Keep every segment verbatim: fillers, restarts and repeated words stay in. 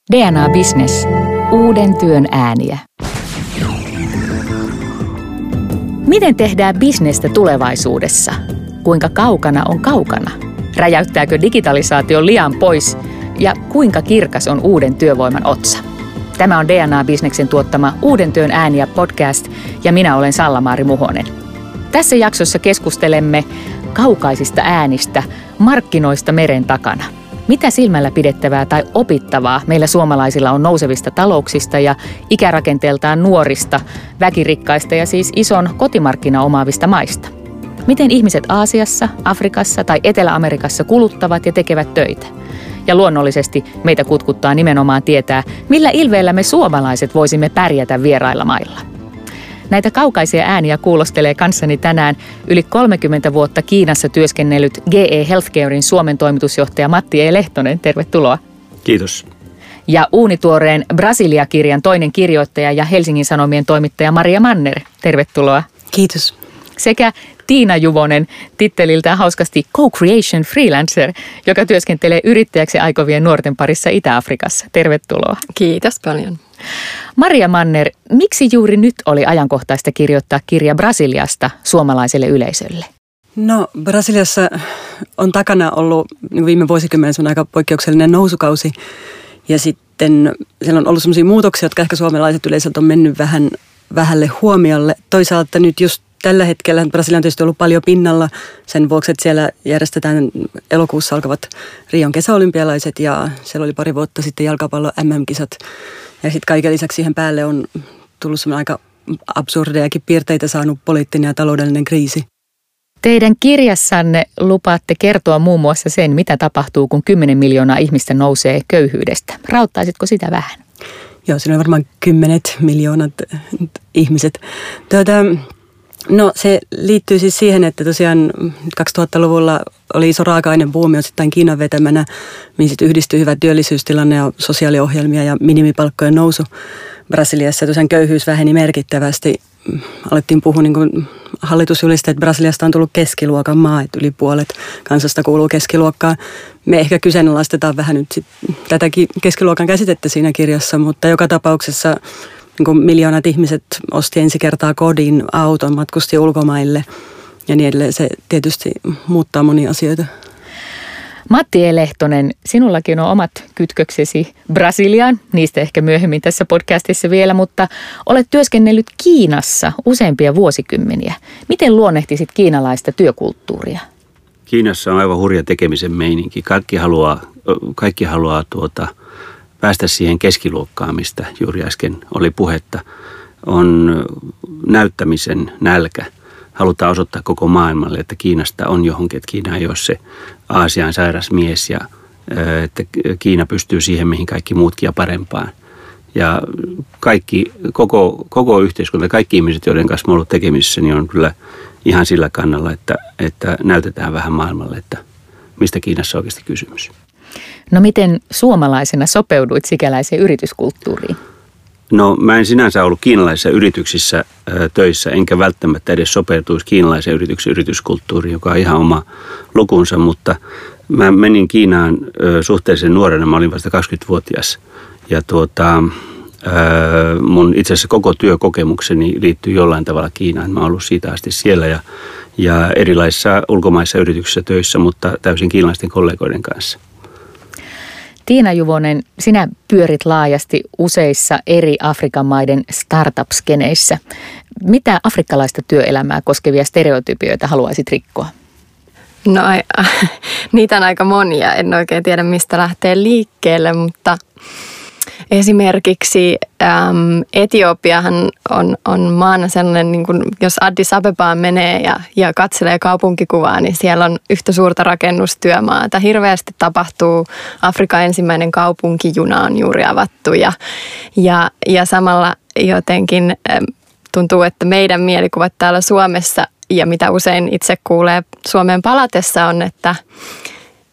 D N A Business. Uuden työn ääniä. Miten tehdään bisnestä tulevaisuudessa? Kuinka kaukana on kaukana? Räjäyttääkö digitalisaatio liian pois? Ja kuinka kirkas on uuden työvoiman otsa? Tämä on D N A Businessin tuottama Uuden työn ääniä podcast ja minä olen Salla-Maari Muhonen. Tässä jaksossa keskustelemme kaukaisista äänistä, markkinoista meren takana. Mitä silmällä pidettävää tai opittavaa meillä suomalaisilla on nousevista talouksista ja ikärakenteeltaan nuorista, väkirikkaista ja siis ison kotimarkkina omaavista maista? Miten ihmiset Aasiassa, Afrikassa tai Etelä-Amerikassa kuluttavat ja tekevät töitä? Ja luonnollisesti meitä kutkuttaa nimenomaan tietää, millä ilveellä me suomalaiset voisimme pärjätä vierailla mailla. Näitä kaukaisia ääniä kuulostelee kanssani tänään yli kolmekymmentä vuotta Kiinassa työskennellyt G E Healthcarein Suomen toimitusjohtaja Matti E. Lehtonen. Tervetuloa. Kiitos. Ja uunituoreen Brasilia-kirjan toinen kirjoittaja ja Helsingin Sanomien toimittaja Maria Manner. Tervetuloa. Kiitos. Sekä Tiina Juvonen, titteliltään hauskasti Co-Creation Freelancer, joka työskentelee yrittäjäksi aikovien nuorten parissa Itä-Afrikassa. Tervetuloa. Kiitos paljon. Maria Manner, miksi juuri nyt oli ajankohtaista kirjoittaa kirja Brasiliasta suomalaiselle yleisölle? No, Brasiliassa on takana ollut niin viime vuosikymmenen sun aika poikkeuksellinen nousukausi. Ja sitten siellä on ollut sellaisia muutoksia, jotka ehkä suomalaiset yleisöltä on mennyt vähän vähälle huomiolle. Toisaalta nyt just tällä hetkellä Brasilia on tietysti ollut paljon pinnalla sen vuoksi, että siellä järjestetään elokuussa alkavat Rion kesäolympialaiset ja siellä oli pari vuotta sitten jalkapallo M M-kisat. Ja sitten kaiken lisäksi siihen päälle on tullut semmoinen aika absurdejakin piirteitä saanut poliittinen ja taloudellinen kriisi. Teidän kirjassanne lupaatte kertoa muun muassa sen, mitä tapahtuu, kun kymmenen miljoonaa ihmistä nousee köyhyydestä. Rauttaisitko sitä vähän? Joo, siinä on varmaan kymmenet miljoonat ihmiset. Tuota, no se liittyy siis siihen, että tosiaan kaksituhattaluvulla oli iso raaka-ainebuumi osittain Kiinan vetämänä, mihin sitten yhdistyi hyvä työllisyystilanne ja sosiaaliohjelmia ja minimipalkkojen nousu Brasiliassa. Tosiaan köyhyys väheni merkittävästi. Alettiin puhua, niin kuin hallitus julisti, että Brasiliasta on tullut keskiluokan maa, että yli puolet kansasta kuuluu keskiluokkaan. Me ehkä kyseenalaistetaan vähän nyt sit tätäkin keskiluokan käsitettä siinä kirjassa, mutta joka tapauksessa niin kuin miljoonat ihmiset osti ensi kertaa kodin, auton, matkusti ulkomaille ja niin edelleen. Se tietysti muuttaa monia asioita. Matti E. Lehtonen, sinullakin on omat kytköksesi Brasiliaan, niistä ehkä myöhemmin tässä podcastissa vielä, mutta olet työskennellyt Kiinassa useampia vuosikymmeniä. Miten luonnehtisit kiinalaista työkulttuuria? Kiinassa on aivan hurja tekemisen meininki. Kaikki haluaa, kaikki haluaa tuota, päästä siihen keskiluokkaan, mistä juuri äsken oli puhetta. On näyttämisen nälkä. Halutaan osoittaa koko maailmalle, että Kiinasta on johonkin, että Kiina ei ole se Aasian sairas mies ja että Kiina pystyy siihen, mihin kaikki muutkin ja parempaan. Ja kaikki, koko, koko yhteiskunta, kaikki ihmiset, joiden kanssa mä oon ollut tekemisissä, niin on kyllä ihan sillä kannalla, että, että näytetään vähän maailmalle, että mistä Kiinassa on oikeasti kysymys. No miten suomalaisena sopeuduit sikäläiseen yrityskulttuuriin? No mä en sinänsä ollut kiinalaisissa yrityksissä ä, töissä, enkä välttämättä edes sopeutuisi kiinalaisen yrityksen yrityskulttuuriin, joka on ihan oma lukunsa, mutta mä menin Kiinaan ä, suhteellisen nuorena, mä olin vasta kaksikymmentävuotias ja tuota, ä, mun itse asiassa koko työkokemukseni liittyy jollain tavalla Kiinaan. Mä oon ollut siitä asti siellä ja, ja erilaisissa ulkomaissa yrityksissä töissä, mutta täysin kiinalaisten kollegoiden kanssa. Tiina Juvonen, sinä pyörit laajasti useissa eri Afrikan maiden startup-skeneissä. Mitä afrikkalaista työelämää koskevia stereotypioita haluaisit rikkoa? No niitä on aika monia. En oikein tiedä, mistä lähtee liikkeelle, mutta esimerkiksi äm, Etiopiahan on, on maana sellainen, niin kuin jos Addis Abebaan menee ja, ja katselee kaupunkikuvaa, niin siellä on yhtä suurta rakennustyömaata. Hirveästi tapahtuu. Afrikan ensimmäinen kaupunkijuna on juuri avattu ja, ja, ja samalla jotenkin äm, tuntuu, että meidän mielikuvat täällä Suomessa ja mitä usein itse kuulee Suomeen palatessa on, että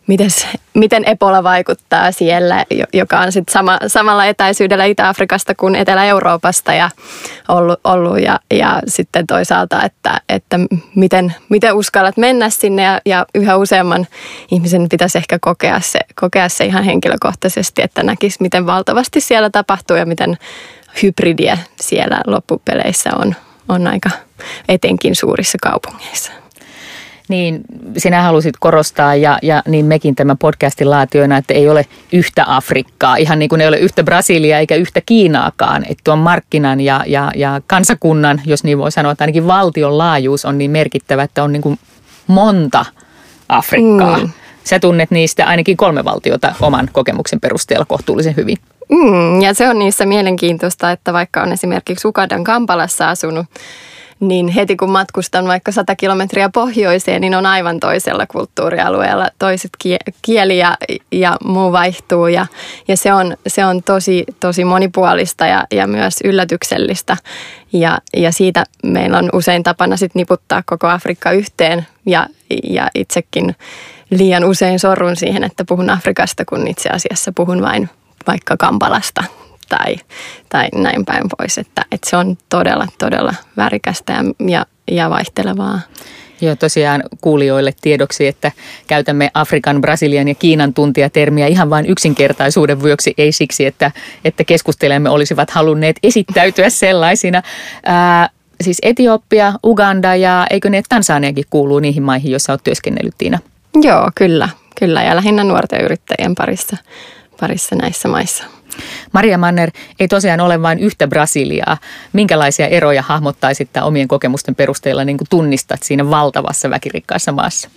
mites, miten Ebola vaikuttaa siellä, joka on sitten sama, samalla etäisyydellä Itä-Afrikasta kuin Etelä-Euroopasta ja ollut, ollut ja, ja sitten toisaalta, että, että miten, miten uskallat mennä sinne ja, ja yhä useamman ihmisen pitäisi ehkä kokea se, kokea se ihan henkilökohtaisesti, että näkisi miten valtavasti siellä tapahtuu ja miten hybridiä siellä loppupeleissä on, on aika etenkin suurissa kaupungeissa. Niin, sinä halusit korostaa ja, ja niin mekin tämän podcastin laatijoina, että ei ole yhtä Afrikkaa, ihan niin kuin ei ole yhtä Brasiliaa eikä yhtä Kiinaakaan. Että tuon markkinan ja, ja, ja kansakunnan, jos niin voi sanoa, että ainakin valtion laajuus on niin merkittävä, että on niin kuin monta Afrikkaa. Mm. Sä tunnet niistä ainakin kolme valtiota oman kokemuksen perusteella kohtuullisen hyvin. Mm, ja se on niissä mielenkiintoista, että vaikka on esimerkiksi Ugandan Kampalassa asunut, niin heti kun matkustan vaikka sata kilometriä pohjoiseen, niin on aivan toisella kulttuurialueella. Toiset kieli ja, ja muu vaihtuu ja, ja se on, se on tosi, tosi monipuolista ja, ja myös yllätyksellistä. Ja, ja siitä meillä on usein tapana sit niputtaa koko Afrikka yhteen ja, ja itsekin liian usein sorrun siihen, että puhun Afrikasta, kun itse asiassa puhun vain vaikka Kampalasta. Tai, tai näin päin pois, että, että se on todella, todella värikästä ja, ja, ja vaihtelevaa. Joo, tosiaan kuulijoille tiedoksi, että käytämme Afrikan, Brasilian ja Kiinan tuntijatermiä ihan vain yksinkertaisuuden vuoksi, ei siksi, että, että keskustelemme olisivat halunneet esittäytyä sellaisina. Ää, siis Etiopia, Uganda ja eikö ne Tansaniakin kuuluu niihin maihin, joissa olet työskennellyt, Tiina? Joo, kyllä, kyllä ja lähinnä nuorten yrittäjien parissa, parissa näissä maissa. Maria Manner, ei tosiaan ole vain yhtä Brasiliaa. Minkälaisia eroja hahmottaisit omien kokemusten perusteella, niin kuin tunnistat siinä valtavassa väkirikkaassa maassa?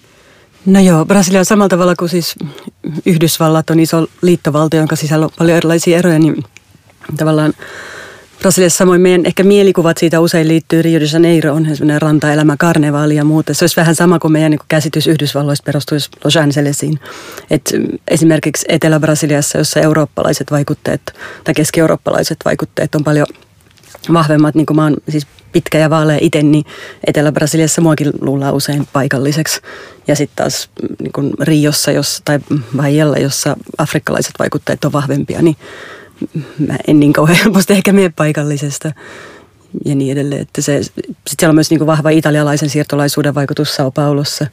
No joo, Brasilia on samalla tavalla kuin siis Yhdysvallat on iso liittovaltio, jonka sisällä on paljon erilaisia eroja, niin tavallaan Brasiliassa samoin meidän ehkä mielikuvat siitä usein liittyy Rio de Janeiroon, sellainen rantaelämä, karnevaali ja muuta. Se olisi vähän sama kuin meidän niin kuin käsitys Yhdysvalloista perustuisi Los Angelesiin. Et esimerkiksi Etelä-Brasiliassa, jossa eurooppalaiset vaikutteet tai keski-eurooppalaiset vaikutteet on paljon vahvemmat, niin kuin mä oon siis pitkä ja vaalea itse, niin Etelä-Brasiliassa muakin luullaan usein paikalliseksi. Ja sitten taas niin kuin Riossa jos, tai Bahijalla, jossa afrikkalaiset vaikutteet on vahvempia, niin mä en niin kauhean helposti ehkä mene paikallisesta ja niin edelleen. Että se, sit siellä on myös niin kuin vahva italialaisen siirtolaisuuden vaikutus Sao Paulossa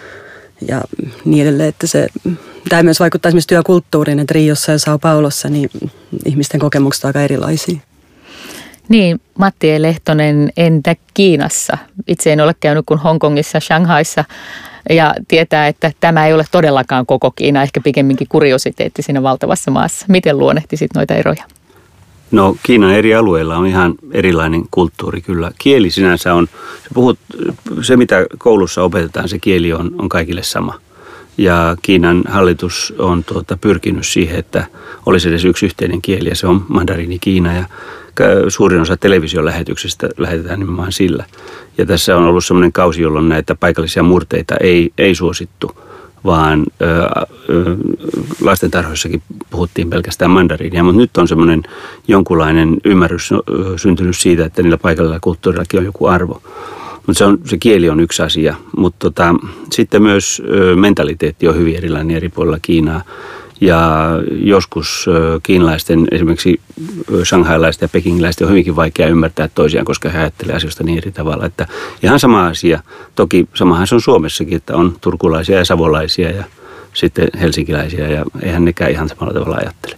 ja niin edelleen. Että se, tämä myös vaikuttaa esimerkiksi työkulttuuriin, että Riossa ja Sao Paulossa niin ihmisten kokemukset ovat aika erilaisia. Niin, Matti E. Lehtonen, entä Kiinassa? Itse en ole käynyt kuin Hongkongissa, Shanghaissa ja tietää, että tämä ei ole todellakaan koko Kiina, ehkä pikemminkin kuriositeetti siinä valtavassa maassa. Miten luonnehtisit noita eroja? No Kiinan eri alueilla on ihan erilainen kulttuuri kyllä. Kieli sinänsä on, se, puhut, se mitä koulussa opetetaan, se kieli on, on kaikille sama. Ja Kiinan hallitus on tuota, pyrkinyt siihen, että olisi edes yksi yhteinen kieli ja se on mandariini Kiina ja suurin osa television lähetyksistä lähetetään nimenomaan sillä. Ja tässä on ollut sellainen kausi, jolloin näitä paikallisia murteita ei, ei suosittu, vaan ö, ö, lastentarhoissakin puhuttiin pelkästään mandariinia. Mutta nyt on semmoinen jonkunlainen ymmärrys syntynyt siitä, että niillä paikallisilla kulttuurillakin on joku arvo. Mutta se, se kieli on yksi asia, mutta tota, sitten myös ö, mentaliteetti on hyvin erilainen eri puolilla Kiinaa. Ja joskus kiinalaisten, esimerkiksi shanghailaisten ja pekingiläisten on hyvinkin vaikea ymmärtää toisiaan, koska he ajattelevat asioista niin eri tavalla. Että ihan sama asia. Toki samahan se on Suomessakin, että on turkulaisia ja savolaisia ja sitten helsinkiläisiä ja eihän nekään ihan samalla tavalla ajattele.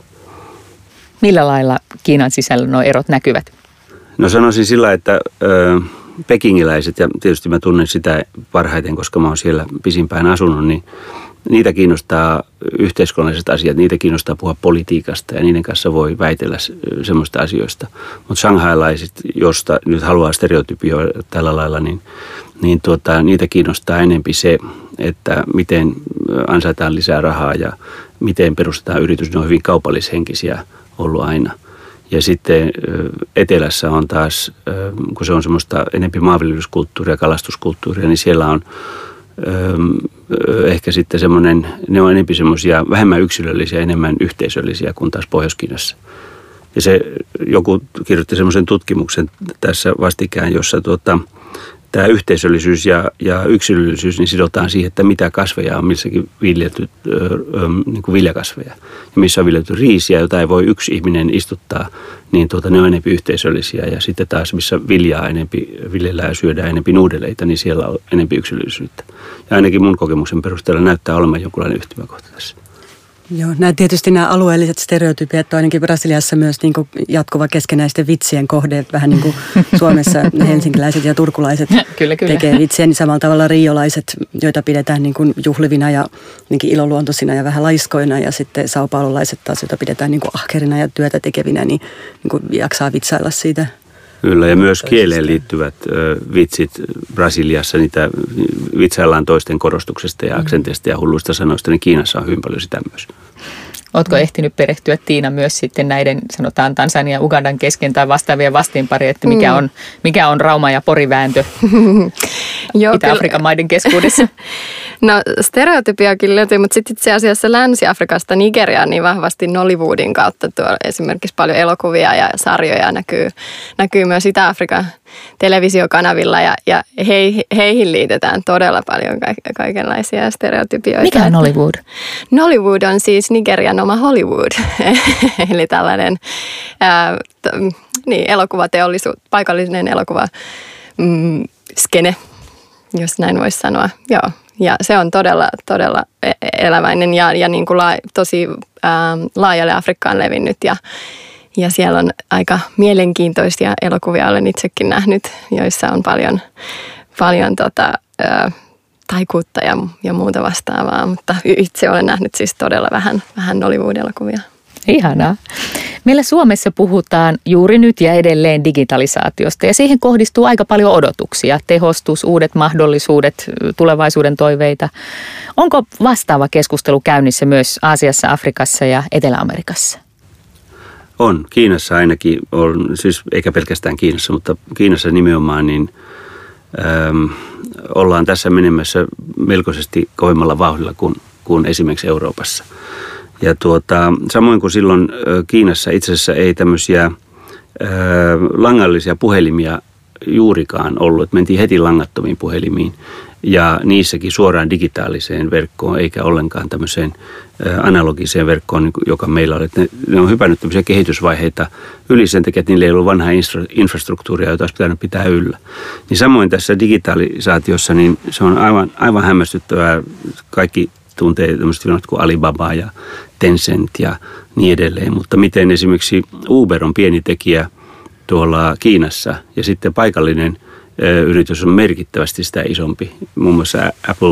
Millä lailla Kiinan sisällä nuo erot näkyvät? No sanoisin sillä, että ö, pekingiläiset, ja tietysti mä tunnen sitä parhaiten, koska mä oon siellä pisimpään asunut, niin niitä kiinnostaa yhteiskunnalliset asiat, niitä kiinnostaa puhua politiikasta ja niiden kanssa voi väitellä semmoista asioista. Mutta shanghailaiset, josta nyt haluaa stereotypioida tällä lailla, niin, niin tuota, niitä kiinnostaa enempi se, että miten ansaitaan lisää rahaa ja miten perustetaan yritys. Ne on hyvin kaupallishenkisiä ollut aina. Ja sitten etelässä on taas, kun se on semmoista enempi maanviljelyskulttuuria, kalastuskulttuuria, niin siellä on ehkä sitten semmoinen, ne on enemmän semmoisia vähemmän yksilöllisiä, enemmän yhteisöllisiä kuin taas Pohjois-Kiinassa. Ja se, joku kirjoitti semmoisen tutkimuksen tässä vastikään, jossa tuota, tämä yhteisöllisyys ja, ja yksilöllisyys niin sidotaan siihen, että mitä kasveja on missäkin viljelty, niin kuin viljakasveja. Ja missä on viljelty riisiä, jota ei voi yksi ihminen istuttaa, niin tuota, ne on enempi yhteisöllisiä. Ja sitten taas, missä viljaa enempi viljellään ja syödään enempi nuudeleita, niin siellä on enempi yksilöllisyyttä. Ja ainakin mun kokemuksen perusteella näyttää olemaan jonkunlainen yhtymäkohta tässä. Joo, nämä tietysti nämä alueelliset stereotypiat on ainakin Brasiliassa myös niin kuin jatkuva keskenäisten vitsien kohde. Vähän niin kuin Suomessa helsinkiläiset ja turkulaiset kyllä, kyllä. tekee vitsiä, niin samalla tavalla riolaiset, joita pidetään niin kuin juhlivina ja niin kuin iloluontoisina ja vähän laiskoina. Ja sitten saupaulolaiset taas, joita pidetään niin kuin ahkerina ja työtä tekevinä, niin, niin kuin jaksaa vitsailla siitä. Kyllä, ja myös kieleen liittyvät ö, vitsit Brasiliassa, niitä vitsaillaan toisten korostuksesta ja aksentista ja hulluista sanoista, niin Kiinassa on hyvin paljon sitä myös. Ootko ehtinyt perehtyä, Tiina, myös sitten näiden, sanotaan Tansania ja Ugandan kesken tai vastaavien vastiinpari, että mikä on, mikä on Rauma- ja Porivääntö Itä-Afrikan maiden keskuudessa? No stereotypiakin löytyy, mutta sitten itse asiassa Länsi-Afrikasta Nigeriaan niin vahvasti Nollywoodin kautta tuo esimerkiksi paljon elokuvia ja sarjoja näkyy, näkyy myös Itä-Afrikan televisiokanavilla ja, ja hei, heihin liitetään todella paljon ka- kaikenlaisia stereotypioita. Mikä on Nollywood? Nollywood on siis Nigerian oma Hollywood, eli tällainen ää, t- niin, elokuvateollisuus, paikallinen elokuva mm, skene, jos näin voisi sanoa, joo. Ja se on todella, todella eläväinen ja, ja niin kuin la, tosi ää, laajalle Afrikkaan levinnyt ja, ja siellä on aika mielenkiintoisia elokuvia, olen itsekin nähnyt, joissa on paljon, paljon tota, ää, taikuutta ja, ja muuta vastaavaa, mutta itse olen nähnyt siis todella vähän, vähän Hollywood-elokuvia. Ihanaa. Meillä Suomessa puhutaan juuri nyt ja edelleen digitalisaatiosta ja siihen kohdistuu aika paljon odotuksia, tehostus, uudet mahdollisuudet, tulevaisuuden toiveita. Onko vastaava keskustelu käynnissä myös Aasiassa, Afrikassa ja Etelä-Amerikassa? On. Kiinassa ainakin on, siis eikä pelkästään Kiinassa, mutta Kiinassa nimenomaan niin äm, ollaan tässä menemässä melkoisesti kovemmalla vauhdilla kuin, kuin esimerkiksi Euroopassa. Ja tuota, samoin kuin silloin Kiinassa itse asiassa ei tämmöisiä ää, langallisia puhelimia juurikaan ollut. Et mentiin heti langattomiin puhelimiin ja niissäkin suoraan digitaaliseen verkkoon eikä ollenkaan tämmöiseen ää, analogiseen verkkoon, joka meillä oli. Ne, ne on hypännyt tämmöisiä kehitysvaiheita yli sen takia, että niillä ei ollut vanhaa infrastruktuuria, jota olisi pitänyt pitää yllä. Niin samoin tässä digitalisaatiossa niin se on aivan, aivan hämmästyttävää. Kaikki tuntee tämmöiset firmat kuin Alibaba ja Tencent ja niin edelleen, mutta miten esimerkiksi Uber on pieni tekijä tuolla Kiinassa ja sitten paikallinen ö, yritys on merkittävästi sitä isompi. Muun muassa Apple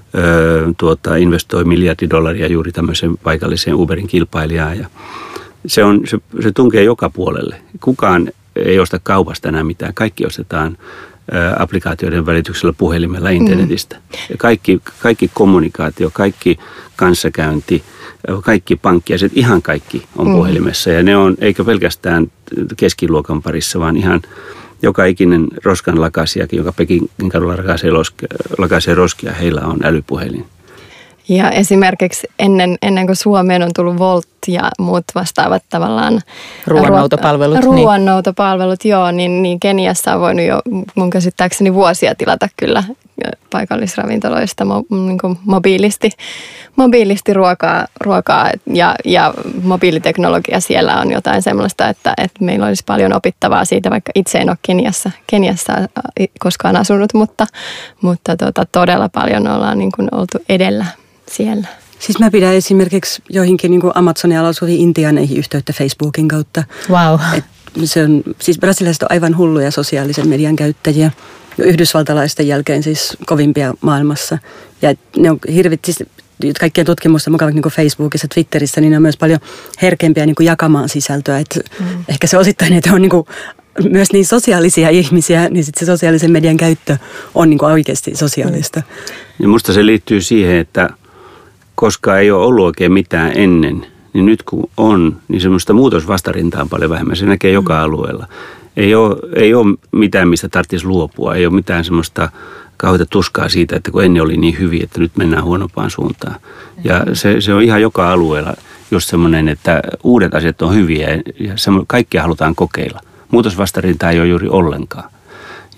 ö, tuota, investoi miljardi dollaria juuri tämmöiseen paikalliseen Uberin kilpailijaan ja se, on, se, se tunkee joka puolelle. Kukaan ei osta kaupasta enää mitään, kaikki ostetaan applikaatioiden välityksellä puhelimella internetistä. Ja kaikki, kaikki kommunikaatio, kaikki kanssakäynti, kaikki pankkiaiset, ihan kaikki on mm. puhelimessa. Ja ne on, eikä pelkästään keskiluokan parissa, vaan ihan joka ikinen roskan lakasiakin, joka Pekin kadulla lakaisee, lakaisee roskia, heillä on älypuhelin. Ja esimerkiksi ennen, ennen kuin Suomeen on tullut Volt ja muut vastaavat tavallaan ruoannoutopalvelut, ruo- ruoannoutopalvelut, niin. joo, niin, niin Keniassa on voinut jo mun käsittääkseni vuosia tilata kyllä paikallisravintoloista mo, niin kuin mobiilisti, mobiilisti ruokaa, ruokaa ja, ja mobiiliteknologia siellä on jotain sellaista, että, että meillä olisi paljon opittavaa siitä, vaikka itse en ole Keniassa, Keniassa koskaan asunut, mutta, mutta tota, todella paljon ollaan niin kuin oltu edellä siellä. Siis mä pidän esimerkiksi joihinkin niin kuin Amazonialla asuviin intiaaneihin yhteyttä Facebookin kautta. Wow. Et se on, siis brasilaiset on aivan hulluja sosiaalisen median käyttäjiä. Yhdysvaltalaisten jälkeen siis kovimpia maailmassa. Ja ne on hirvit, siis kaikkien tutkimusten mukaan niin kuin Facebookissa, Twitterissä, niin ne on myös paljon herkempiä niin kuin jakamaan sisältöä. Et mm. Ehkä se osittain, että on niin kuin myös niin sosiaalisia ihmisiä, niin sitten se sosiaalisen median käyttö on niin kuin oikeasti sosiaalista. Mm. Ja musta se liittyy siihen, että koska ei ole ollut oikein mitään ennen, niin nyt kun on, niin semmoista muutosvastarintaa on paljon vähemmän. Se näkee joka mm. alueella. Ei ole, ei ole mitään, mistä tarvitsisi luopua. Ei ole mitään semmoista kauheata tuskaa siitä, että kun ennen oli niin hyvin, että nyt mennään huonompaan suuntaan. Ja se, se on ihan joka alueella just semmoinen, että uudet asiat on hyviä ja kaikkia halutaan kokeilla. Muutosvastarintaa ei ole juuri ollenkaan.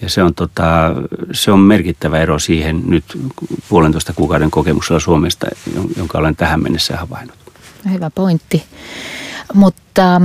Ja se on, tota, se on merkittävä ero siihen nyt puolentoista kuukauden kokemuksella Suomesta, jonka olen tähän mennessä havainnut. Hyvä pointti. Mutta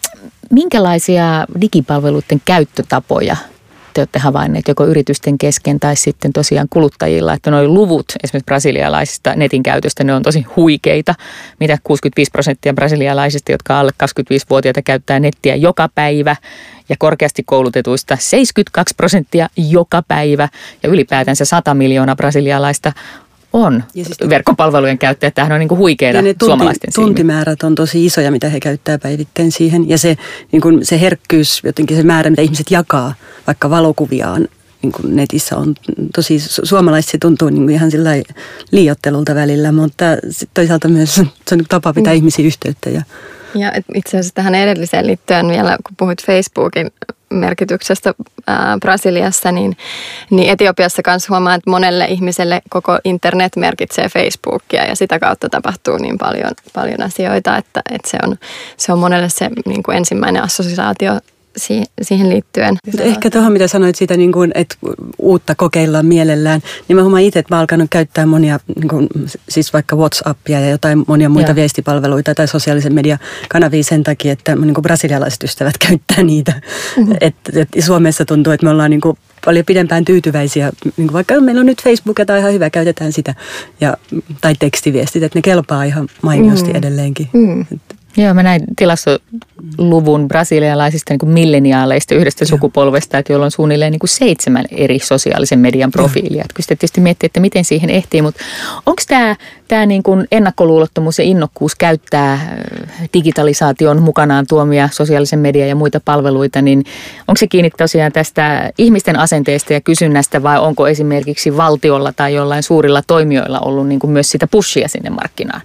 minkälaisia digipalveluiden käyttötapoja te olette havainneet joko yritysten kesken tai sitten tosiaan kuluttajilla, että nuo luvut esimerkiksi brasilialaisista netin käytöstä, ne on tosi huikeita. Mitä kuusikymmentäviisi prosenttia brasilialaisista, jotka alle kaksikymmentäviisivuotiaita käyttää nettiä joka päivä ja korkeasti koulutetuista seitsemänkymmentäkaksi prosenttia joka päivä ja ylipäätänsä sata miljoonaa brasilialaista on siis verkkopalvelujen käyttäjät. Tämähän on niin kuin huikeita tunti, suomalaisten silmiin. Tuntimäärät on tosi isoja, mitä he käyttää päivittäin siihen. Ja se, niin kuin se herkkyys, jotenkin se määrä, mitä ihmiset jakaa, vaikka valokuviaan niin kuin netissä on tosi, suomalaiset se tuntuu niin kuin ihan sillä liioittelulta välillä, mutta toisaalta myös se on tapa pitää mm. ihmisiä yhteyttä. Ja, ja itse asiassa tähän edelliseen liittyen vielä, kun puhuit Facebookin merkityksestä ää, Brasiliassa, niin, niin Etiopiassa kanssa huomaa, että monelle ihmiselle koko internet merkitsee Facebookia ja sitä kautta tapahtuu niin paljon, paljon asioita, että, että se, on, se on monelle se niin kuin ensimmäinen assosiaatio siihen liittyen. Ehkä tuohon, mitä sanoit siitä, niin kuin, että uutta kokeillaan mielellään, niin mä huomaan itse, että mä oon alkanut käyttää monia, niin kuin, siis vaikka WhatsAppia ja jotain monia muita ja. viestipalveluita tai sosiaalisen median kanavia sen takia, että niin kuin brasilialaiset ystävät käyttää niitä. Mm-hmm. Et, et Suomessa tuntuu, että me ollaan niin kuin paljon pidempään tyytyväisiä, niin kuin vaikka meillä on nyt Facebook, tai ihan hyvä, käytetään sitä, ja, tai tekstiviestit, että ne kelpaa ihan mainiosti mm-hmm. edelleenkin. Mm-hmm. Joo, mä näin tilassoluvun brasilialaisista niin kuin milleniaaleista yhdestä Joo. sukupolvesta, että joilla on suunnilleen niin kuin seitsemän eri sosiaalisen median profiilia. Kyllä sitä tietysti miettii, että miten siihen ehtii, mutta onko tämä, tämä niin kuin ennakkoluulottomuus ja innokkuus käyttää digitalisaation mukanaan tuomia sosiaalisen median ja muita palveluita, niin onko se kiinni tosiaan tästä ihmisten asenteesta ja kysynnästä vai onko esimerkiksi valtiolla tai jollain suurilla toimijoilla ollut niin kuin myös sitä pushia sinne markkinaan?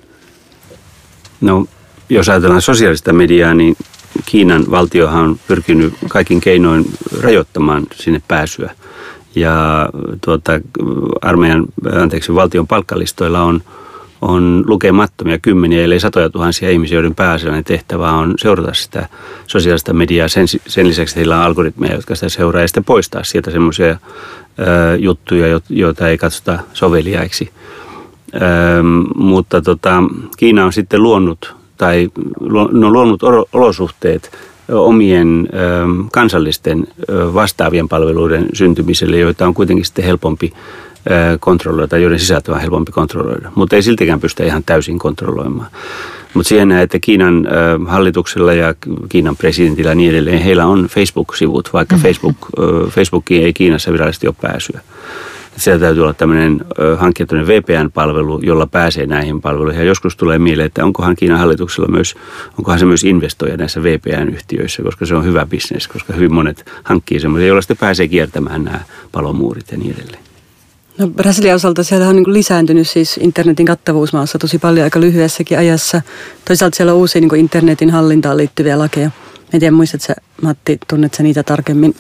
No, jos ajatellaan sosiaalista mediaa, niin Kiinan valtiohan on pyrkinyt kaikin keinoin rajoittamaan sinne pääsyä. Ja tuota, armeijan, anteeksi, valtion palkkalistoilla on, on lukemattomia kymmeniä, ellei satoja tuhansia ihmisiä, joiden pääasiallinen tehtävä on seurata sitä sosiaalista mediaa. Sen, sen lisäksi heillä on algoritmeja, jotka sitä seuraa ja sitten poistaa sieltä semmoisia juttuja, joita ei katsota soveliaiksi. Ö, mutta tota, Kiina on sitten luonut tai ne on luonut olosuhteet omien ö, kansallisten ö, vastaavien palveluiden syntymiselle, joita on kuitenkin sitten helpompi ö, kontrolloida tai joiden sisältöä on helpompi kontrolloida, mutta ei siltikään pystytä ihan täysin kontrolloimaan. Mutta siihen näen, että Kiinan ö, hallituksella ja Kiinan presidentillä ja niin edelleen, heillä on Facebook-sivut, vaikka mm-hmm. Facebook, ö, Facebookiin ei Kiinassa virallisesti ole pääsyä. Siellä täytyy olla tämmöinen hankkia tämmöinen V P N-palvelu, jolla pääsee näihin palveluihin. Ja joskus tulee mieleen, että onkohan Kiinan hallituksella myös, onkohan se myös investoija näissä V P N-yhtiöissä, koska se on hyvä bisnes, koska hyvin monet hankkii semmoisia, joilla sitten pääsee kiertämään nämä palomuurit ja niin edelleen. No Brasilian osalta siellä on niin kuin lisääntynyt siis internetin kattavuus maassa tosi paljon aika lyhyessäkin ajassa. Toisaalta siellä on uusia niin kuin internetin hallintaan liittyviä lakeja. En tiedä, muistatko sä, Matti, tunnetko niitä tarkemmin?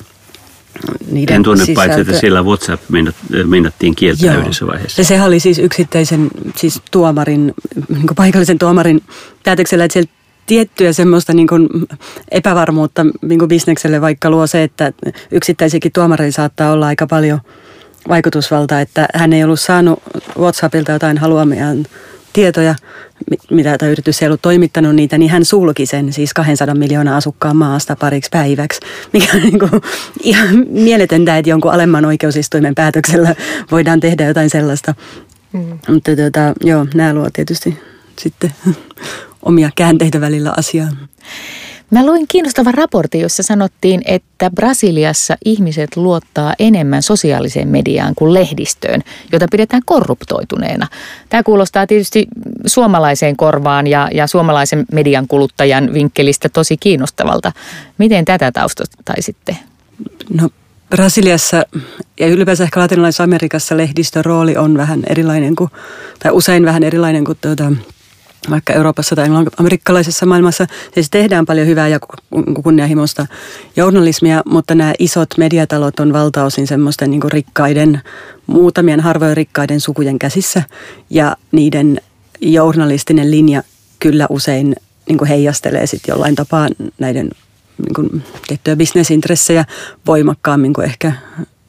En tunne sisältö. Paitsi, että siellä WhatsApp meinattiin kieltää Joo. yhdessä vaiheessa. Ja sehän oli siis yksittäisen siis tuomarin, niin kuin paikallisen tuomarin päätöksellä, että siellä tiettyä semmoista niin kuin epävarmuutta niin kuin bisnekselle vaikka luo se, että yksittäisiäkin tuomareilla saattaa olla aika paljon vaikutusvaltaa, että hän ei ollut saanut WhatsAppilta jotain haluamiaan tietoja, mitä tämä yritys ei ollut toimittanut niitä, niin hän sulki sen siis kaksisataa miljoonaa asukkaan maasta pariksi päiväksi, mikä on niin kuin ihan mieletöntä, että jonkun alemman oikeusistuimen päätöksellä voidaan tehdä jotain sellaista. Mm. Mutta tuota, joo, nämä luo tietysti sitten omia käänteitä välillä asiaan. Mä luin kiinnostavan raportin, jossa sanottiin, että Brasiliassa ihmiset luottaa enemmän sosiaaliseen mediaan kuin lehdistöön, jota pidetään korruptoituneena. Tämä kuulostaa tietysti suomalaiseen korvaan ja, ja suomalaisen median kuluttajan vinkkelistä tosi kiinnostavalta. Miten tätä taustattaisitte? No Brasiliassa ja ylipäänsä ehkä latinalaisessa Amerikassa lehdistön rooli on vähän erilainen kuin, tai usein vähän erilainen kuin tuota, vaikka Euroopassa tai amerikkalaisessa maailmassa. Siis tehdään paljon hyvää ja kunnianhimoista journalismia, mutta nämä isot mediatalot on valtaosin semmoisten niin kuin rikkaiden, muutamien harvojen rikkaiden sukujen käsissä. Ja niiden journalistinen linja kyllä usein niin kuin heijastelee sitten jollain tapaa näiden niin kuin tiettyjä bisnesintressejä voimakkaammin kuin ehkä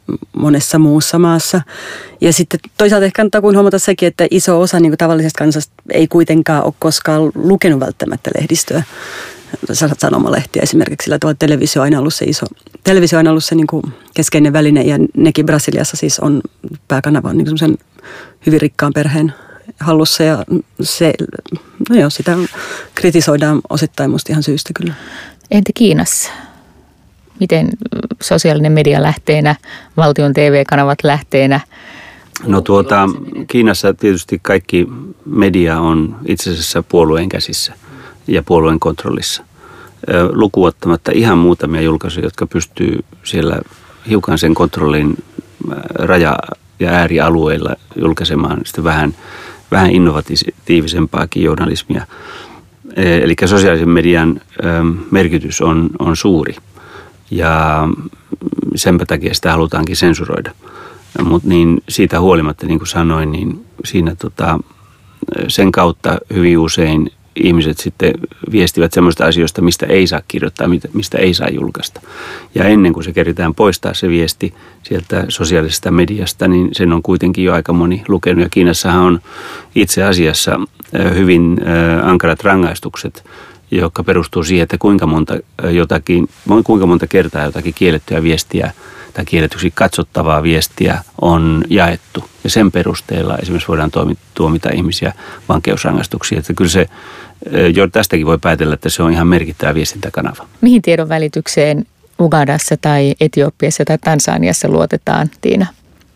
monessa muussa maassa. Ja sitten toisaalta ehkä kannattaa kuin huomata sekin, että iso osa niin kuin tavallisesta kansasta ei kuitenkaan ole koskaan lukenut välttämättä lehdistöä. Sanomalehtiä esimerkiksi, sillä tavalla televisio on aina ollut se iso, televisio on aina ollut se niin kuin keskeinen väline, ja nekin Brasiliassa siis on pääkanava niin kuin semmoisen hyvin rikkaan perheen hallussa, ja se, no joo, sitä kritisoidaan osittain musta ihan syystä kyllä. Entä Kiinassa? Miten sosiaalinen media lähteenä, valtion T V-kanavat lähteenä? No tuota, Kiinassa tietysti kaikki media on itse asiassa puolueen käsissä ja puolueen kontrollissa. Lukuottamatta ihan muutamia julkaisuja, jotka pystyy siellä hiukan sen kontrollin raja- ja äärialueilla julkaisemaan sitten vähän, vähän innovatiivisempaakin journalismia. Eli sosiaalisen median merkitys on, on suuri, ja senpä takia sitä halutaankin sensuroida. Mutta niin siitä huolimatta, niin kuin sanoin, niin siinä tota, sen kautta hyvin usein ihmiset sitten viestivät semmoista asioista, mistä ei saa kirjoittaa, mistä ei saa julkaista. Ja ennen kuin se keritään poistaa se viesti sieltä sosiaalisesta mediasta, niin sen on kuitenkin jo aika moni lukenut. Ja Kiinassahan on itse asiassa hyvin ankarat rangaistukset, jotka perustuu siihen, että kuinka monta, jotakin, kuinka monta kertaa jotakin kiellettyä viestiä tai kielletyksi katsottavaa viestiä on jaettu. Ja sen perusteella esimerkiksi voidaan tuomita ihmisiä vankeusrangaistuksia. Että kyllä se, jo tästäkin voi päätellä, että se on ihan merkittävä viestintäkanava. Mihin tiedon välitykseen Ugandassa tai Etiopiassa tai Tansaniassa luotetaan, Tiina?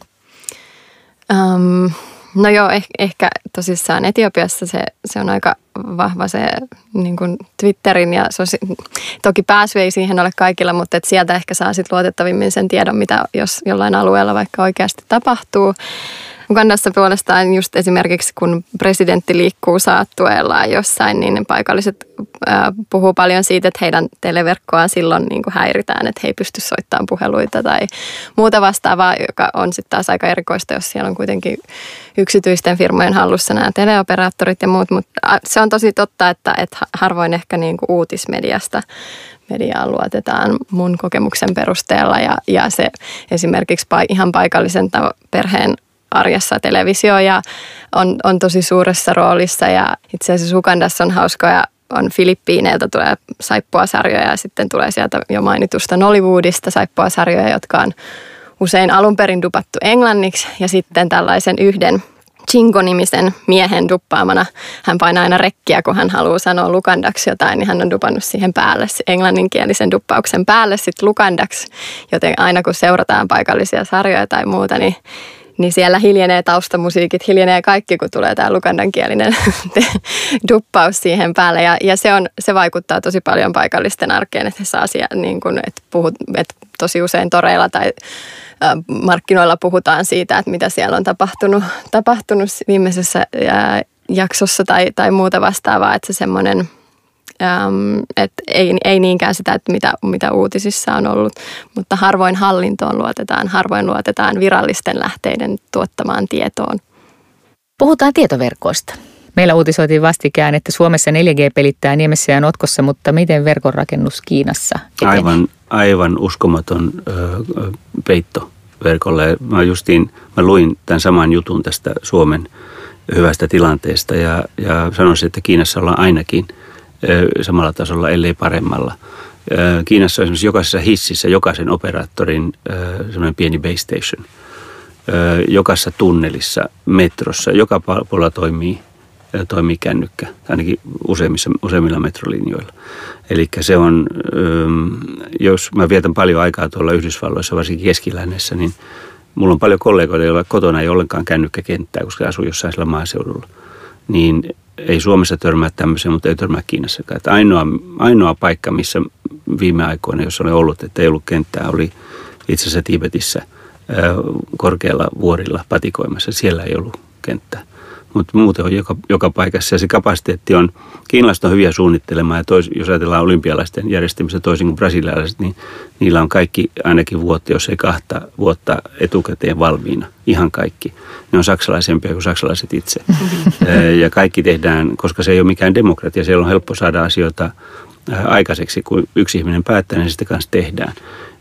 Um, no joo, eh, ehkä tosissaan Etiopiassa se, se on aika vahva se niin kuin Twitterin ja sosi- toki pääsy ei siihen ole kaikilla, mutta et sieltä ehkä saa sit luotettavimmin sen tiedon, mitä jos jollain alueella vaikka oikeasti tapahtuu. Ugandassa puolestaan just esimerkiksi kun presidentti liikkuu saattueellaan jossain, niin ne paikalliset ää, puhuu paljon siitä, että heidän televerkkoaan silloin niin kuin häiritään, että he ei pysty soittamaan puheluita tai muuta vastaavaa, joka on sitten taas aika erikoista, jos siellä on kuitenkin yksityisten firmojen hallussa nämä teleoperaattorit ja muut, mutta se on tosi totta, että, että harvoin ehkä niin kuin uutismediasta mediaan luotetaan mun kokemuksen perusteella ja, ja se esimerkiksi ihan paikallisen perheen arjessa televisio ja on, on tosi suuressa roolissa ja itse asiassa Ugandassa on hauskaa ja on Filippiineiltä tulee saippuasarjoja ja sitten tulee sieltä jo mainitusta Nollywoodista saippuasarjoja, jotka on usein alun perin dupattu englanniksi ja sitten tällaisen yhden Chingo-nimisen miehen duppaamana. Hän painaa aina rekkiä, kun hän haluaa sanoa lukandaksi jotain, niin hän on dupannut siihen päälle, englanninkielisen duppauksen päälle sitten lukandaksi. Joten aina kun seurataan paikallisia sarjoja tai muuta, niin niin siellä hiljenee taustamusiikit, hiljenee kaikki, kun tulee tämä lukandankielinen duppaus siihen päälle. Ja, ja se, on, se vaikuttaa tosi paljon paikallisten arkeen, että he saa siellä, niin kuin, että, puhut, että tosi usein toreilla tai ä, markkinoilla puhutaan siitä, että mitä siellä on tapahtunut, tapahtunut viimeisessä ä, jaksossa tai, tai muuta vastaavaa, että se semmoinen... Ähm, että ei, ei niinkään sitä, että mitä, mitä uutisissa on ollut, mutta harvoin hallintoon luotetaan, harvoin luotetaan virallisten lähteiden tuottamaan tietoon. Puhutaan tietoverkoista. Meillä uutisoitiin vastikään, että Suomessa neljä G pelittää Niemessä ja Notkossa, mutta miten verkonrakennus Kiinassa etenee? Aivan, aivan uskomaton ö, peitto verkolle. Mä justiin, mä luin tämän saman jutun tästä Suomen hyvästä tilanteesta ja, ja sanoisin, että Kiinassa ollaan ainakin samalla tasolla, ellei paremmalla. Kiinassa on esimerkiksi jokaisessa hississä, jokaisen operaattorin semmoinen pieni base station. Jokaisessa tunnelissa, metrossa, joka puolella toimii, toimii kännykkä, ainakin useimmissa, useimmilla metrolinjoilla. Eli se on, jos mä vietän paljon aikaa tuolla Yhdysvalloissa, varsinkin Keski-Lännessä, niin mulla on paljon kollegoita, joilla kotona ei ollenkaan kännykkäkenttää, koska asuu jossain sillä maaseudulla. Niin ei Suomessa törmää tämmöiseen, mutta ei törmää Kiinassakaan. Että ainoa, ainoa paikka, missä viime aikoina, jos olen ollut, että ei ollut kenttää, oli itse asiassa Tibetissä korkealla vuorilla patikoimassa. Siellä ei ollut kenttää. Mutta muuten on joka, joka paikassa ja se kapasiteetti on, kiinalaiset on hyviä suunnittelemaan ja tois, jos ajatellaan olympialaisten järjestämistä toisin kuin brasilialaiset, niin niillä on kaikki ainakin vuotta, jos ei kahta vuotta etukäteen valmiina. Ihan kaikki. Ne on saksalaisempia kuin saksalaiset itse. Ja kaikki tehdään, koska se ei ole mikään demokratia, siellä on helppo saada asioita aikaiseksi, kun yksi ihminen päättää, niin sitä kanssa tehdään.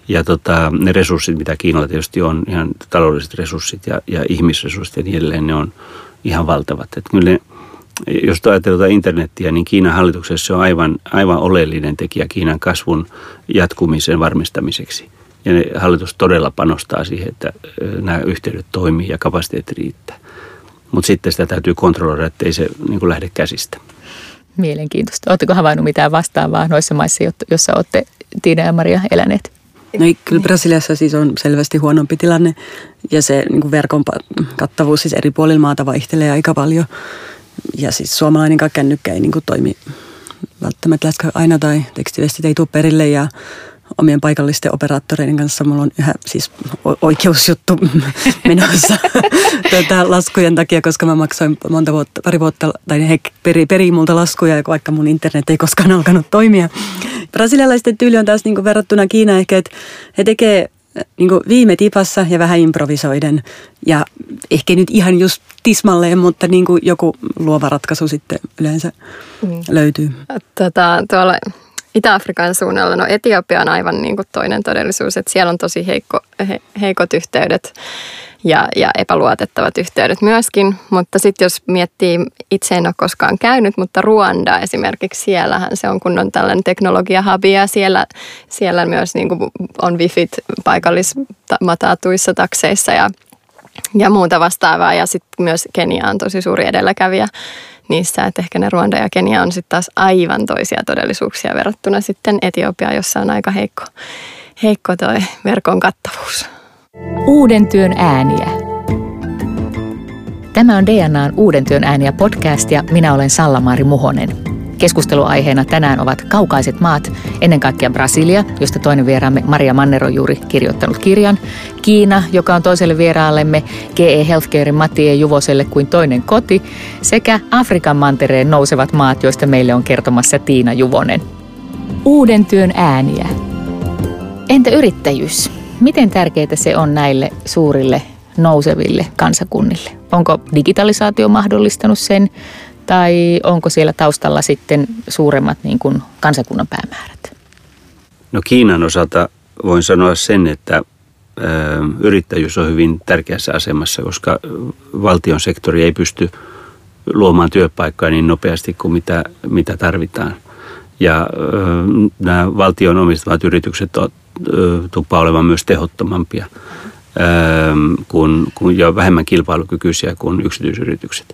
Ja tota, ne resurssit, mitä Kiinalla tietysti on, ihan taloudelliset resurssit ja, ja ihmisresurssit ja niin edelleen, ne on ihan valtavat. Että kyllä ne, jos ajatellaan internettiä, niin Kiinan hallituksessa se on aivan, aivan oleellinen tekijä Kiinan kasvun jatkumisen varmistamiseksi. Ja ne, hallitus todella panostaa siihen, että nämä yhteydet toimii ja kapasiteetti riittää. Mutta sitten sitä täytyy kontrolloida, ettei se niin kuin lähde käsistä. Mielenkiintoista. Oletteko havainnut mitään vastaavaa noissa maissa, joissa olette Tiina ja Maria eläneet? No kyllä Brasiliassa siis on selvästi huonompi tilanne ja se niin kuin verkon kattavuus siis eri puolilla maata vaihtelee aika paljon. Ja siis suomalainen kännykkä ei niin kuin toimi välttämättä aina tai tekstiviestit ei tule perille ja omien paikallisten operaattoreiden kanssa mulla on yhä siis oikeusjuttu menossa tuota, laskujen takia, koska mä maksoin monta vuotta, pari vuotta, tai he peri, peri multa laskuja, vaikka mun internet ei koskaan alkanut toimia. Brasilialaisten tyyli on taas niin kuin verrattuna Kiinaan ehkä, että he tekee niin kuin viime tipassa ja vähän improvisoiden. Ja ehkä nyt ihan just tismalleen, mutta niin kuin joku luova ratkaisu sitten yleensä mm. löytyy. Tota, tuolla Itä-Afrikan suunnalla, no Etiopia on aivan niin kuin toinen todellisuus, että siellä on tosi heikko, he, heikot yhteydet ja, ja epäluotettavat yhteydet myöskin, mutta sitten jos miettii, itse en ole koskaan käynyt, mutta Ruanda esimerkiksi, siellähän se on kunnon tällainen teknologiahubi ja siellä, siellä myös niin kuin on wifit paikallismatatuissa takseissa ja, ja muuta vastaavaa ja sitten myös Kenia on tosi suuri edelläkävijä niissä, että ehkä ne Ruanda ja Kenia on sitten taas aivan toisia todellisuuksia verrattuna sitten Etiopiaan, jossa on aika heikko, heikko toi verkon kattavuus. Uuden työn ääniä. Tämä on D N A:n Uuden työn ääniä podcast ja minä olen Salla-Maari Muhonen. Keskusteluaiheena tänään ovat kaukaiset maat, ennen kaikkea Brasilia, josta toinen vieraamme Maria Manner on juuri kirjoittanut kirjan, Kiina, joka on toiselle vieraallemme G E Healthcaren Matti E. Juvoselle kuin toinen koti, sekä Afrikan mantereen nousevat maat, joista meille on kertomassa Tiina Juvonen. Uuden työn ääniä. Entä yrittäjyys? Miten tärkeää se on näille suurille nouseville kansakunnille? Onko digitalisaatio mahdollistanut sen? Tai onko siellä taustalla sitten suuremmat niin kuin kansakunnan päämäärät? No Kiinan osalta voin sanoa sen, että ö, yrittäjyys on hyvin tärkeässä asemassa, koska valtion sektori ei pysty luomaan työpaikkaa niin nopeasti kuin mitä, mitä tarvitaan. Ja ö, nämä valtion omistavat yritykset on, ö, tuppaa olemaan myös tehottomampia ö, kuin, kuin, ja vähemmän kilpailukykyisiä kuin yksityisyritykset.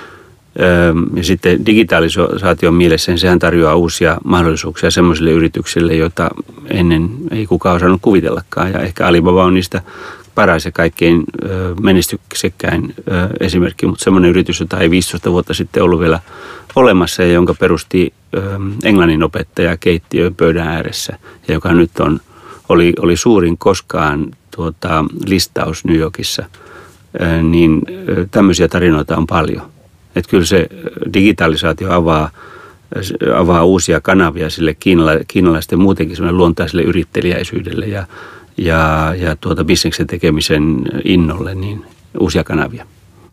Ja sitten digitalisaation mielessä niin sehän tarjoaa uusia mahdollisuuksia sellaisille yrityksille, joita ennen ei kukaan osannut kuvitellakaan. Ja ehkä Alibaba on niistä paras ja kaikkein menestyksekkäin esimerkki, mutta semmoinen yritys, jota ei viisitoista vuotta sitten ollut vielä olemassa ja jonka perusti englannin opettaja keittiön pöydän ääressä ja joka nyt on, oli, oli suurin koskaan tuota, listaus New Yorkissa, niin tämmöisiä tarinoita on paljon. Että kyllä se digitalisaatio avaa, avaa uusia kanavia sille kiinala, kiinalaisten muutenkin semmoinen luontaiselle yrittelijäisyydelle ja, ja, ja tuota bisneksen tekemisen innolle, niin uusia kanavia.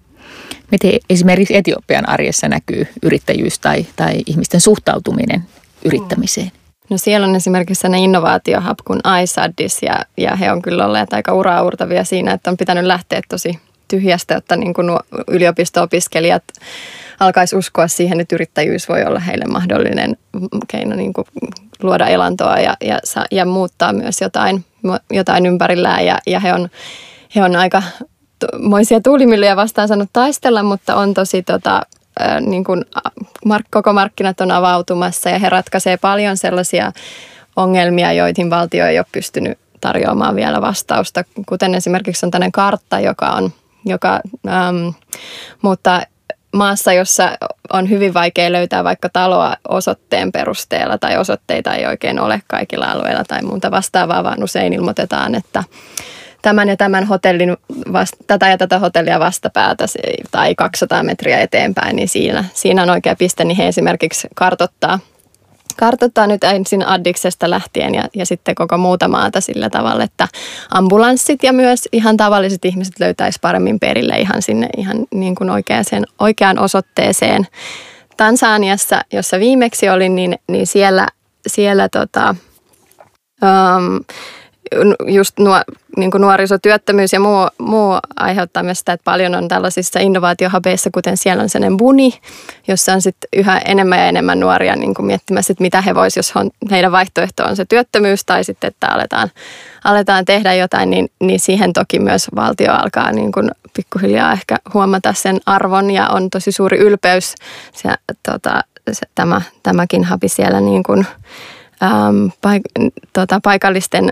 Miten esimerkiksi Etiopian arjessa näkyy yrittäjyys tai, tai ihmisten suhtautuminen yrittämiseen? No siellä on esimerkiksi sellainen innovaatiohub kuin iSaddis ja, ja he on kyllä olleet aika uraurtavia siinä, että on pitänyt lähteä tosi tyhjästä, että niin kuin yliopisto-opiskelijat alkaisi uskoa siihen, että yrittäjyys voi olla heille mahdollinen keino niin kuin luoda elantoa ja, ja, ja muuttaa myös jotain, jotain ympärillään. Ja, ja he on, he on aika moisia tuulimyllyjä vastaan saanut taistella, mutta on tosi tota, niin kuin mark, koko markkinat on avautumassa ja he ratkaisee paljon sellaisia ongelmia, joihin valtio ei ole pystynyt tarjoamaan vielä vastausta, kuten esimerkiksi on tämmöinen kartta, joka on joka ähm, mutta maassa, jossa on hyvin vaikea löytää vaikka taloa osoitteen perusteella tai osoitteita ei oikein ole kaikilla alueilla tai muuta vastaavaa, vaan usein ilmoitetaan, että tämän ja tämän hotellin, vasta, tätä ja tätä hotellia vastapäätä tai kaksisataa metriä eteenpäin, niin siinä, siinä on oikea piste, niin he esimerkiksi kartoittaa Kartoittaa nyt ensin Addiksesta lähtien ja, ja sitten koko muuta maata sillä tavalla, että ambulanssit ja myös ihan tavalliset ihmiset löytäisi paremmin perille ihan sinne ihan niin kuin oikeaan, oikeaan osoitteeseen. Tansaniassa, jossa viimeksi olin, niin, niin siellä, siellä tota, um, just nuo, niin kuin nuorisotyöttömyys ja muu, muu aiheuttaa myös sitä, että paljon on tällaisissa innovaatiohabeissa, kuten siellä on sellainen Buni, jossa on sitten yhä enemmän ja enemmän nuoria niin kuin miettimässä, että mitä he voisivat, jos on, heidän vaihtoehto on se työttömyys tai sitten, että aletaan, aletaan tehdä jotain, niin, niin siihen toki myös valtio alkaa niin kuin pikkuhiljaa ehkä huomata sen arvon ja on tosi suuri ylpeys se, tota, se, tämä, tämäkin habi siellä niin kuin, äm, paik- tota, paikallisten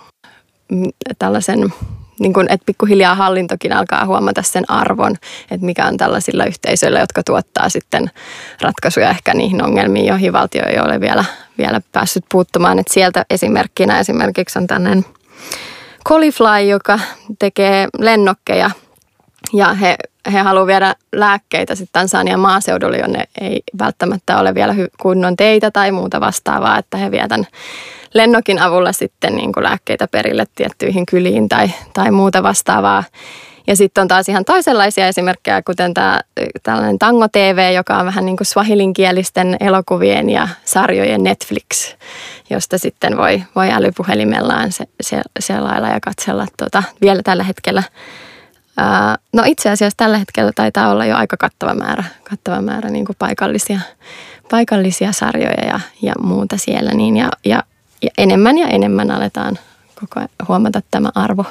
tällaisen, niin kuin, että pikkuhiljaa hallintokin alkaa huomata sen arvon, että mikä on tällaisilla yhteisöillä, jotka tuottaa sitten ratkaisuja ehkä niihin ongelmiin, joihin valtio ei ole vielä, vielä päässyt puuttumaan. Että sieltä esimerkkinä esimerkiksi on tämmöinen Colifly, joka tekee lennokkeja ja he, he haluavat viedä lääkkeitä sitten Tansanian maaseudulle, jonne ei välttämättä ole vielä kunnon teitä tai muuta vastaavaa, että he vietän lennokin avulla sitten niin kuin lääkkeitä perille tiettyihin kyliin tai, tai muuta vastaavaa. Ja sitten on taas ihan toisenlaisia esimerkkejä, kuten tämä tällainen Tango T V, joka on vähän niin kuin swahilinkielisten elokuvien ja sarjojen Netflix, josta sitten voi, voi älypuhelimellaan se, se, selailla ja katsella tuota, vielä tällä hetkellä. Ää, no itse asiassa tällä hetkellä taitaa olla jo aika kattava määrä, kattava määrä niin kuin paikallisia, paikallisia sarjoja ja, ja muuta siellä. Niin ja, ja Ja enemmän ja enemmän aletaan koko ajan huomata tämä arvo.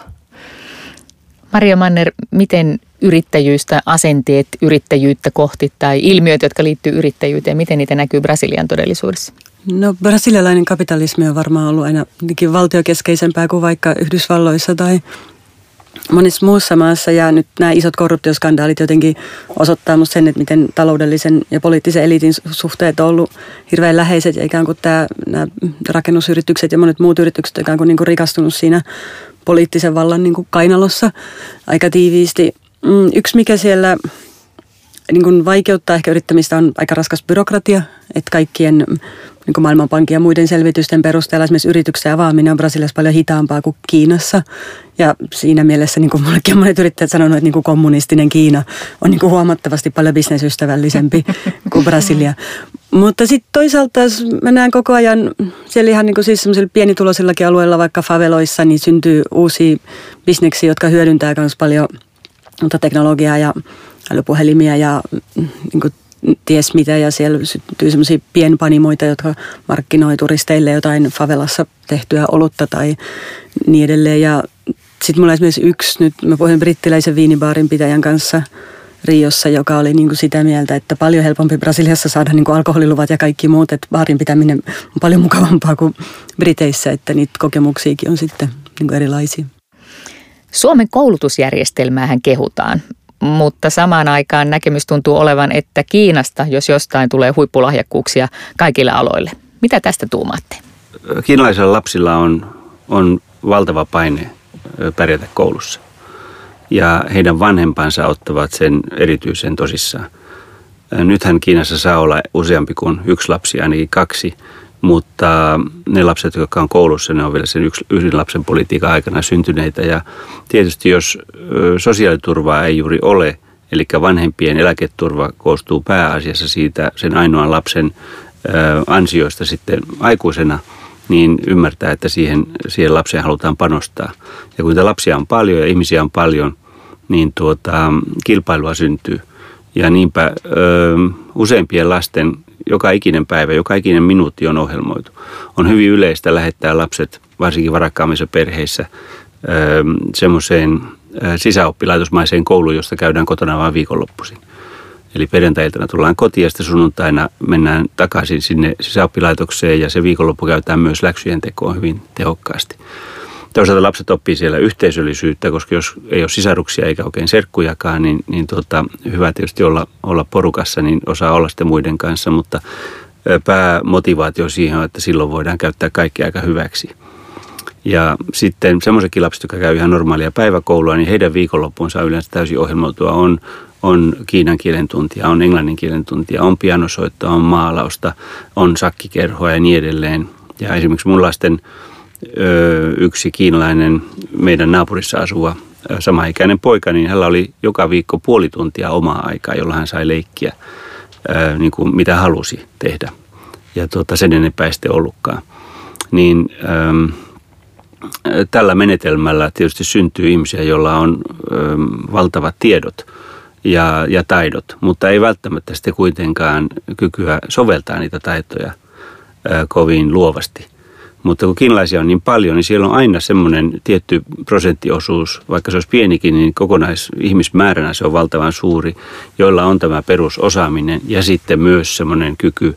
Maria Manner, miten yrittäjyys tai asenteet yrittäjyyttä kohti tai ilmiöt, jotka liittyy yrittäjyyteen, miten niitä näkyy Brasilian todellisuudessa? No brasilialainen kapitalismi on varmaan ollut aina valtiokeskeisempää kuin vaikka Yhdysvalloissa tai monissa muussa maassa, ja nyt nämä isot korruptioskandaalit jotenkin osoittaa musta sen, että miten taloudellisen ja poliittisen eliitin suhteet on ollut hirveän läheiset, ja ikään kuin tämä, nämä rakennusyritykset ja monet muut yritykset on ikään kuin, niin kuin rikastunut siinä poliittisen vallan niin kuin kainalossa aika tiiviisti. Yksi mikä siellä niin kuin vaikeuttaa ehkä yrittämistä on aika raskas byrokratia, että kaikkien niin kuin Maailmanpankin ja muiden selvitysten perusteella esimerkiksi yrityksen avaaminen on Brasiliassa paljon hitaampaa kuin Kiinassa. Ja siinä mielessä niin kuin mullekin on monet yrittäjät sanonut, että niin kuin kommunistinen Kiina on niin kuin huomattavasti paljon bisnesystävällisempi kuin Brasilia. Mutta sitten toisaalta mä näen koko ajan siellä ihan niin kuin siis semmoisilla pienituloisillakin alueilla, vaikka faveloissa, niin syntyy uusia bisneksiä, jotka hyödyntää myös paljon teknologiaa ja älypuhelimia ja niin kuin ties mitä, ja siellä syntyy semmoisia pienpanimoita, jotka markkinoi turisteille jotain favelassa tehtyä olutta tai niin edelleen. Ja sitten mulla esimerkiksi yksi, nyt mä puhuin brittiläisen viinibaarin pitäjän kanssa Riossa, joka oli niin kuin sitä mieltä, että paljon helpompi Brasiliassa saada niin kuin alkoholiluvat ja kaikki muut, että baarin pitäminen on paljon mukavampaa kuin Briteissä, että niitä kokemuksiakin on sitten niin kuin erilaisia. Suomen koulutusjärjestelmäähän kehutaan. Mutta samaan aikaan näkemys tuntuu olevan, että Kiinasta, jos jostain, tulee huippulahjakkuuksia kaikille aloille. Mitä tästä tuumaatte? Kiinalaisilla lapsilla on, on valtava paine pärjätä koulussa. Ja heidän vanhempansa ottavat sen erityisen tosissaan. Nythän Kiinassa saa olla useampi kuin yksi lapsi, ainakin kaksi. Mutta ne lapset, jotka on koulussa, ne on vielä sen yksi, yhden lapsen politiikan aikana syntyneitä. Ja tietysti jos sosiaaliturvaa ei juuri ole, eli vanhempien eläketurva koostuu pääasiassa siitä sen ainoan lapsen ansioista sitten aikuisena, niin ymmärtää, että siihen, siihen lapseen halutaan panostaa. Ja kun niitä lapsia on paljon ja ihmisiä on paljon, niin tuota, kilpailua syntyy. Ja niinpä ö, useimpien lasten joka ikinen päivä, joka ikinen minuutti on ohjelmoitu. On hyvin yleistä lähettää lapset, varsinkin varakkaammissa perheissä, ö, semmoiseen ö, sisäoppilaitosmaiseen kouluun, josta käydään kotona vain viikonloppuisin. Eli perjantai-iltana tullaan kotiin ja sitten sunnuntaina mennään takaisin sinne sisäoppilaitokseen, ja se viikonloppu käytetään myös läksyjen tekoon hyvin tehokkaasti. Toisaalta lapset oppii siellä yhteisöllisyyttä, koska jos ei ole sisaruksia eikä oikein serkkujakaan, niin, niin tuota, hyvä tietysti olla, olla porukassa, niin osaa olla sitten muiden kanssa, mutta päämotivaatio siihen on, että silloin voidaan käyttää kaikki aika hyväksi. Ja sitten semmoisetkin lapset, jotka käy ihan normaalia päiväkoulua, niin heidän viikonloppuunsa yleensä täysin ohjelmoitua on, on kiinan kielen tuntia, on englannin kielen tuntia, on pianosoittoa, on maalausta, on sakkikerhoa ja niin edelleen. Ja esimerkiksi mun lasten yksi kiinalainen meidän naapurissa asuva samaikäinen poika, niin hänellä oli joka viikko puoli tuntia omaa aikaa, jolla hän sai leikkiä niin kuin mitä halusi tehdä. Ja tuota, sen enempää ei sitten ollutkaan. Niin ähm, tällä menetelmällä tietysti syntyy ihmisiä, joilla on ö, valtavat tiedot ja, ja taidot, mutta ei välttämättä sitten kuitenkaan kykyä soveltaa niitä taitoja ö, kovin luovasti. Mutta kun kiinalaisia on niin paljon, niin siellä on aina semmoinen tietty prosenttiosuus, vaikka se olisi pienikin, niin kokonaisihmismääränä se on valtavan suuri, joilla on tämä perusosaaminen ja sitten myös semmoinen kyky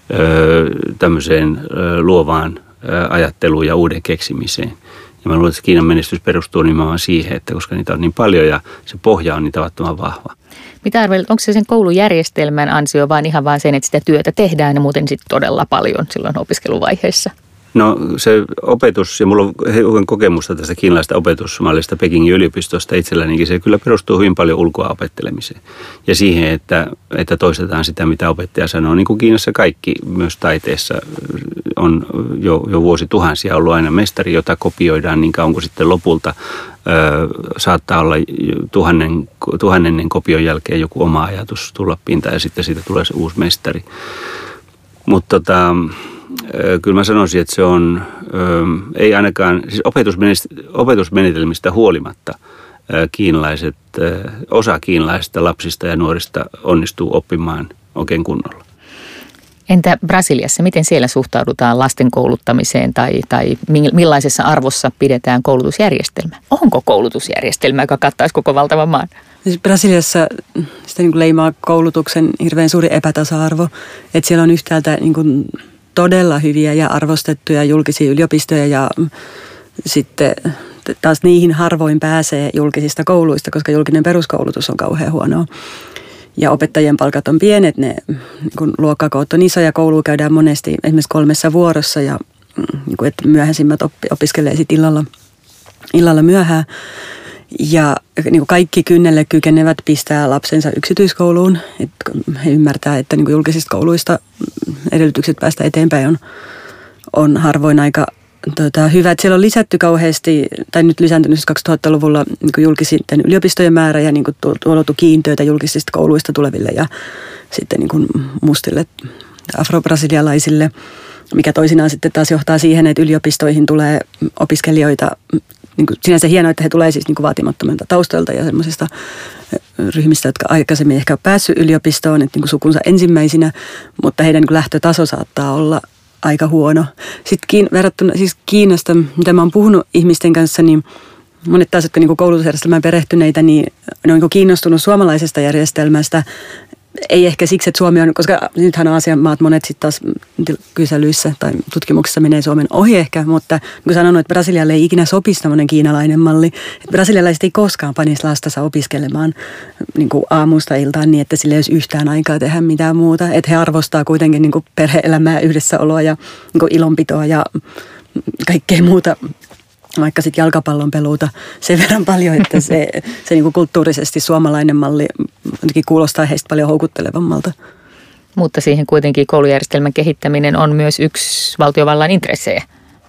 ö, tämmöiseen ö, luovaan ö, ajatteluun ja uuden keksimiseen. Ja mä luulen, että Kiinan menestys perustuu nimenomaan siihen, että koska niitä on niin paljon ja se pohja on niin tavattoman vahva. Mitä arvelet, onko se sen koulujärjestelmän ansio, vaan ihan vaan sen, että sitä työtä tehdään ja muuten sitten todella paljon silloin opiskeluvaiheessa? No se opetus, ja mulla on hiukan kokemusta tästä kiinalaisesta opetusmallista Pekingin yliopistosta itsellänikin, se kyllä perustuu hyvin paljon ulkoa opettelemiseen. Ja siihen, että, että toistetaan sitä, mitä opettaja sanoo. Niin kuin Kiinassa kaikki, myös taiteessa on jo, jo vuosituhansia ollut aina mestari, jota kopioidaan niin kauan kuin sitten lopulta ö, saattaa olla tuhannen, tuhannennen kopion jälkeen joku oma ajatus tulla pintaan ja sitten siitä tulee se uusi mestari. Mutta tota... Kyllä mä sanoisin, että se on, ei ainakaan, siis opetusmenetelmistä huolimatta kiinalaiset, osa kiinalaisista lapsista ja nuorista onnistuu oppimaan oikein kunnolla. Entä Brasiliassa, miten siellä suhtaudutaan lasten kouluttamiseen tai, tai millaisessa arvossa pidetään koulutusjärjestelmä? Onko koulutusjärjestelmä, joka kattaisi koko valtavan maan? Siis Brasiliassa sitä niin kuin leimaa koulutuksen hirveän suuri epätasa-arvo, että siellä on yhtäältä niin kuin todella hyviä ja arvostettuja julkisia yliopistoja ja sitten taas niihin harvoin pääsee julkisista kouluista, koska julkinen peruskoulutus on kauhean huonoa. Ja opettajien palkat on pienet, ne kun luokkakoot on isoja, koulua käydään monesti esimerkiksi kolmessa vuorossa ja niin kuin, että myöhäisimmät oppi, opiskelee sitten illalla, illalla myöhään. Ja niin kuin kaikki kynnelle kykenevät pistää lapsensa yksityiskouluun. Että he ymmärtää, että niin kuin julkisista kouluista edellytykset päästä eteenpäin on, on harvoin aika tota, hyvä. Että siellä on lisätty kauheasti, tai nyt lisääntynyt kaksituhattaluvulla niin kuin julkisten yliopistojen määrä ja niin kuin tuotu kiintiöitä julkisista kouluista tuleville ja sitten niin kuin mustille afrobrasilialaisille, mikä toisinaan sitten taas johtaa siihen, että yliopistoihin tulee opiskelijoita. Niin kuin sinänsä hienoa, että he tulee siis niin kuin vaatimattomilta taustoilta ja semmoisista ryhmistä, jotka aikaisemmin ehkä on päässyt yliopistoon, että niin kuin sukunsa ensimmäisinä, mutta heidän niin kuin lähtötaso saattaa olla aika huono. Sitten Kiin, verrattuna siis Kiinasta, mitä mä oon puhunut ihmisten kanssa, niin monet taas, jotka niin kuin koulutusjärjestelmään perehtyneitä, niin ne on niin kuin kiinnostunut suomalaisesta järjestelmästä. Ei ehkä siksi, että Suomi on, koska nythän Aasian maat monet sitten taas kyselyissä tai tutkimuksissa menee Suomen ohi ehkä, mutta kun sanonut, että Brasilialle ei ikinä sopisi tämmöinen kiinalainen malli, että brasilialaiset ei koskaan panisi lastansa opiskelemaan niin kuin aamusta iltaan niin, että sillä ei olisi yhtään aikaa tehdä mitään muuta, että he arvostaa kuitenkin niin kuin perhe-elämää, yhdessäoloa ja niin kuin ilonpitoa ja kaikkea muuta, vaikka sitten jalkapallon peluuta sen verran paljon, että se, se niinku kulttuurisesti suomalainen malli jotenkin kuulostaa heistä paljon houkuttelevammalta. Mutta siihen kuitenkin koulujärjestelmän kehittäminen on myös yksi valtiovallan intressejä.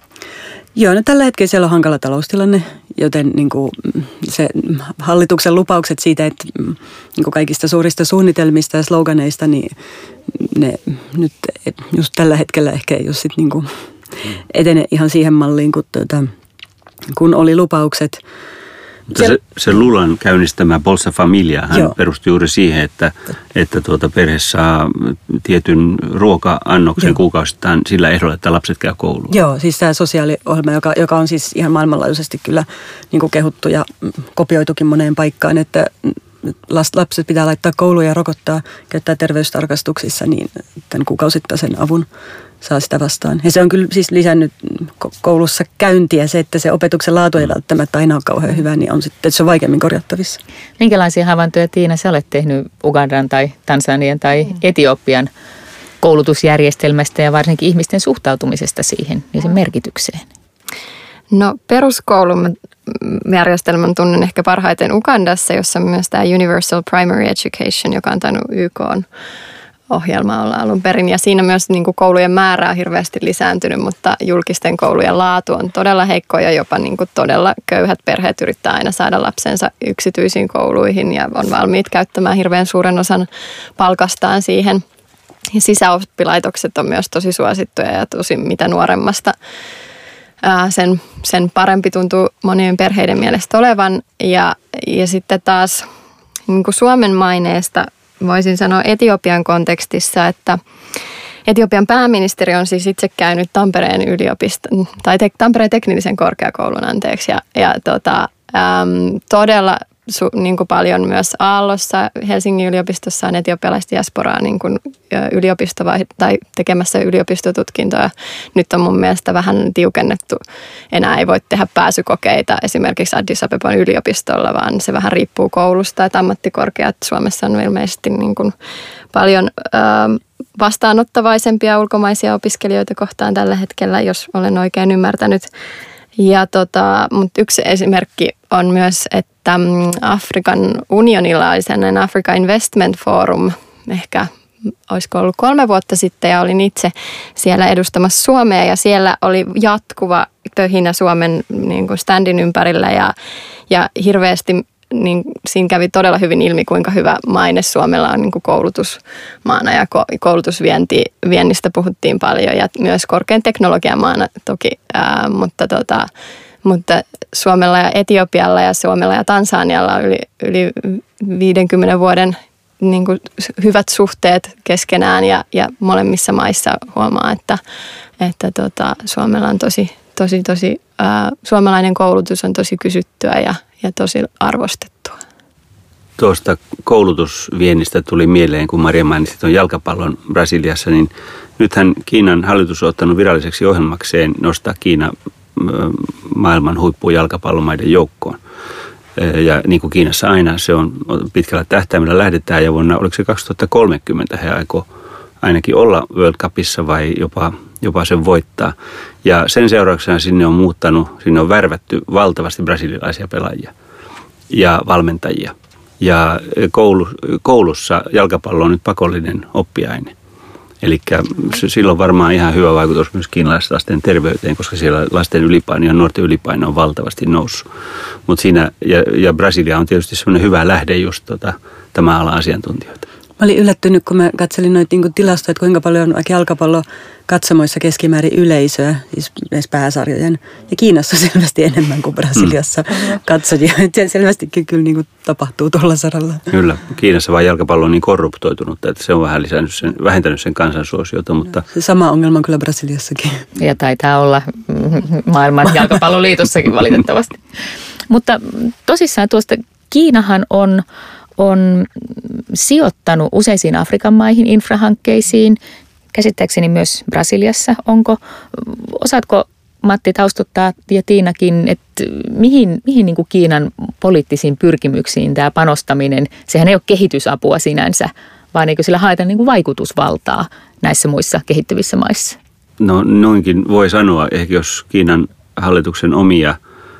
Joo, no tällä hetkellä siellä on hankala taloustilanne, joten niin kuin se hallituksen lupaukset siitä, että niin kuin kaikista suurista suunnitelmista ja sloganeista, niin ne nyt just tällä hetkellä ehkä ei ole sit niin kuin etene ihan siihen malliin, kun tuota, kun oli lupaukset. Mutta se, se Lulan käynnistämä Bolsa Familia, hän Joo. perustui juuri siihen, että, että tuota perhe saa tietyn ruoka-annoksen Joo. kuukausittain sillä ehdolla, että lapset käy kouluun. Joo, siis tämä sosiaaliohjelma, joka, joka on siis ihan maailmanlaajuisesti kyllä niin kuin kehuttu ja kopioitukin moneen paikkaan, että lapset pitää laittaa kouluun ja rokottaa, käyttää terveystarkastuksissa, niin tämän kuukausittaisen avun saa sitä vastaan. Ja se on kyllä siis lisännyt koulussa käyntiä. Se, että se opetuksen laatu ei välttämättä aina ole kauhean hyvä, niin on sitten, että se on vaikeammin korjattavissa. Minkälaisia havaintoja, Tiina, sä olet tehnyt Ugandan tai Tansanian tai Etiopian koulutusjärjestelmästä ja varsinkin ihmisten suhtautumisesta siihen ja sen merkitykseen? No peruskoulun järjestelmän tunnen ehkä parhaiten Ugandassa, jossa on myös tämä Universal Primary Education, joka on tainnut Y K:n ohjelma olla alun perin. Ja siinä myös niin kuin koulujen määrä on hirveästi lisääntynyt, mutta julkisten koulujen laatu on todella heikko ja jopa niin kuin todella köyhät perheet yrittää aina saada lapsensa yksityisiin kouluihin ja on valmiit käyttämään hirveän suuren osan palkastaan siihen. Ja sisäoppilaitokset on myös tosi suosittuja ja tosi mitä nuoremmasta sen, sen parempi tuntuu monien perheiden mielestä olevan. Ja, ja sitten taas niin kuin Suomen maineesta voisin sanoa Etiopian kontekstissa, että Etiopian pääministeri on siis itse käynyt Tampereen yliopiston, tai te, Tampereen teknillisen korkeakoulun, anteeksi, ja, ja tota, äm, todella su, niin kuin paljon myös Aallossa, Helsingin yliopistossa on etiopialaista diasporaa niin kuin yliopisto tai tekemässä yliopistotutkintoja. Nyt on mun mielestä vähän tiukennettu. Enää ei voi tehdä pääsykokeita esimerkiksi Addis Abeban yliopistolla, vaan se vähän riippuu koulusta, että ammattikorkeat Suomessa on ilmeisesti niin kuin paljon ähm, vastaanottavaisempia ulkomaisia opiskelijoita kohtaan tällä hetkellä, jos olen oikein ymmärtänyt. Ja tota, mutta yksi esimerkki on myös, että Afrikan unionilla oli sellainen Africa Investment Forum, ehkä olisiko ollut kolme vuotta sitten, ja olin itse siellä edustamassa Suomea, ja siellä oli jatkuva pöhinä Suomen niin kuin standin ympärillä, ja, ja hirveästi niin siinä kävi todella hyvin ilmi, kuinka hyvä maine Suomella on niin kuin koulutusmaana, ja koulutusviennistä puhuttiin paljon ja myös korkean teknologian maana toki, ää, mutta, tota, mutta Suomella ja Etiopialla ja Suomella ja Tansanialla on yli, yli viidenkymmenen vuoden niin kuin hyvät suhteet keskenään, ja, ja molemmissa maissa huomaa, että, että tota, Suomella on tosi, tosi, tosi, ää, suomalainen koulutus on tosi kysyttyä ja ja tosi arvostettua. Tuosta koulutusviennistä tuli mieleen, kun Maria mainitsi tuon jalkapallon Brasiliassa, niin nythän Kiinan hallitus on ottanut viralliseksi ohjelmakseen nostaa Kiina maailman huippujalkapallomaiden joukkoon. Ja niin kuin Kiinassa aina, se on pitkällä tähtäimellä lähdetään, ja vuonna, oliko se kaksituhattakolmekymmentä he aikoo ainakin olla World Cupissa vai jopa, jopa sen voittaa. Ja sen seurauksena sinne on muuttanut, sinne on värvätty valtavasti brasilialaisia pelaajia ja valmentajia. Ja koulu, koulussa jalkapallo on nyt pakollinen oppiaine. Eli sillä on varmaan ihan hyvä vaikutus myös kiinalaisten lasten terveyteen, koska siellä lasten ylipaino ja nuorten ylipaino on valtavasti noussut. Mutta siinä, ja, ja Brasilia on tietysti semmoinen hyvä lähde just tota, tämän alan asiantuntijoita. Mä olin yllättynyt, kun mä katselin noita niin tilastoja, että kuinka paljon on jalkapallo katsomoissa keskimäärin yleisöä, siis edes pääsarjojen. Ja Kiinassa on selvästi enemmän kuin Brasiliassa mm. katsojia. Selvästikin kyllä niin kuin tapahtuu tuolla saralla. Kyllä. Kiinassa vaan jalkapallo on niin korruptoitunut, että se on vähän lisännyt sen, vähentänyt sen kansansuosiota. Mutta se sama ongelma on kyllä Brasiliassakin. Ja taitaa olla maailman jalkapalloliitossakin valitettavasti. Mutta tosissaan tuosta Kiinahan on... on sijoittanut useisiin Afrikan maihin infrahankkeisiin, käsittääkseni myös Brasiliassa. Onko, osaatko Matti taustuttaa ja Tiinakin, että mihin, mihin niin kuin Kiinan poliittisiin pyrkimyksiin tämä panostaminen, sehän ei ole kehitysapua sinänsä, vaan eikö sillä haeta niin kuin vaikutusvaltaa näissä muissa kehittyvissä maissa? No noinkin voi sanoa, ehkä jos Kiinan hallituksen omia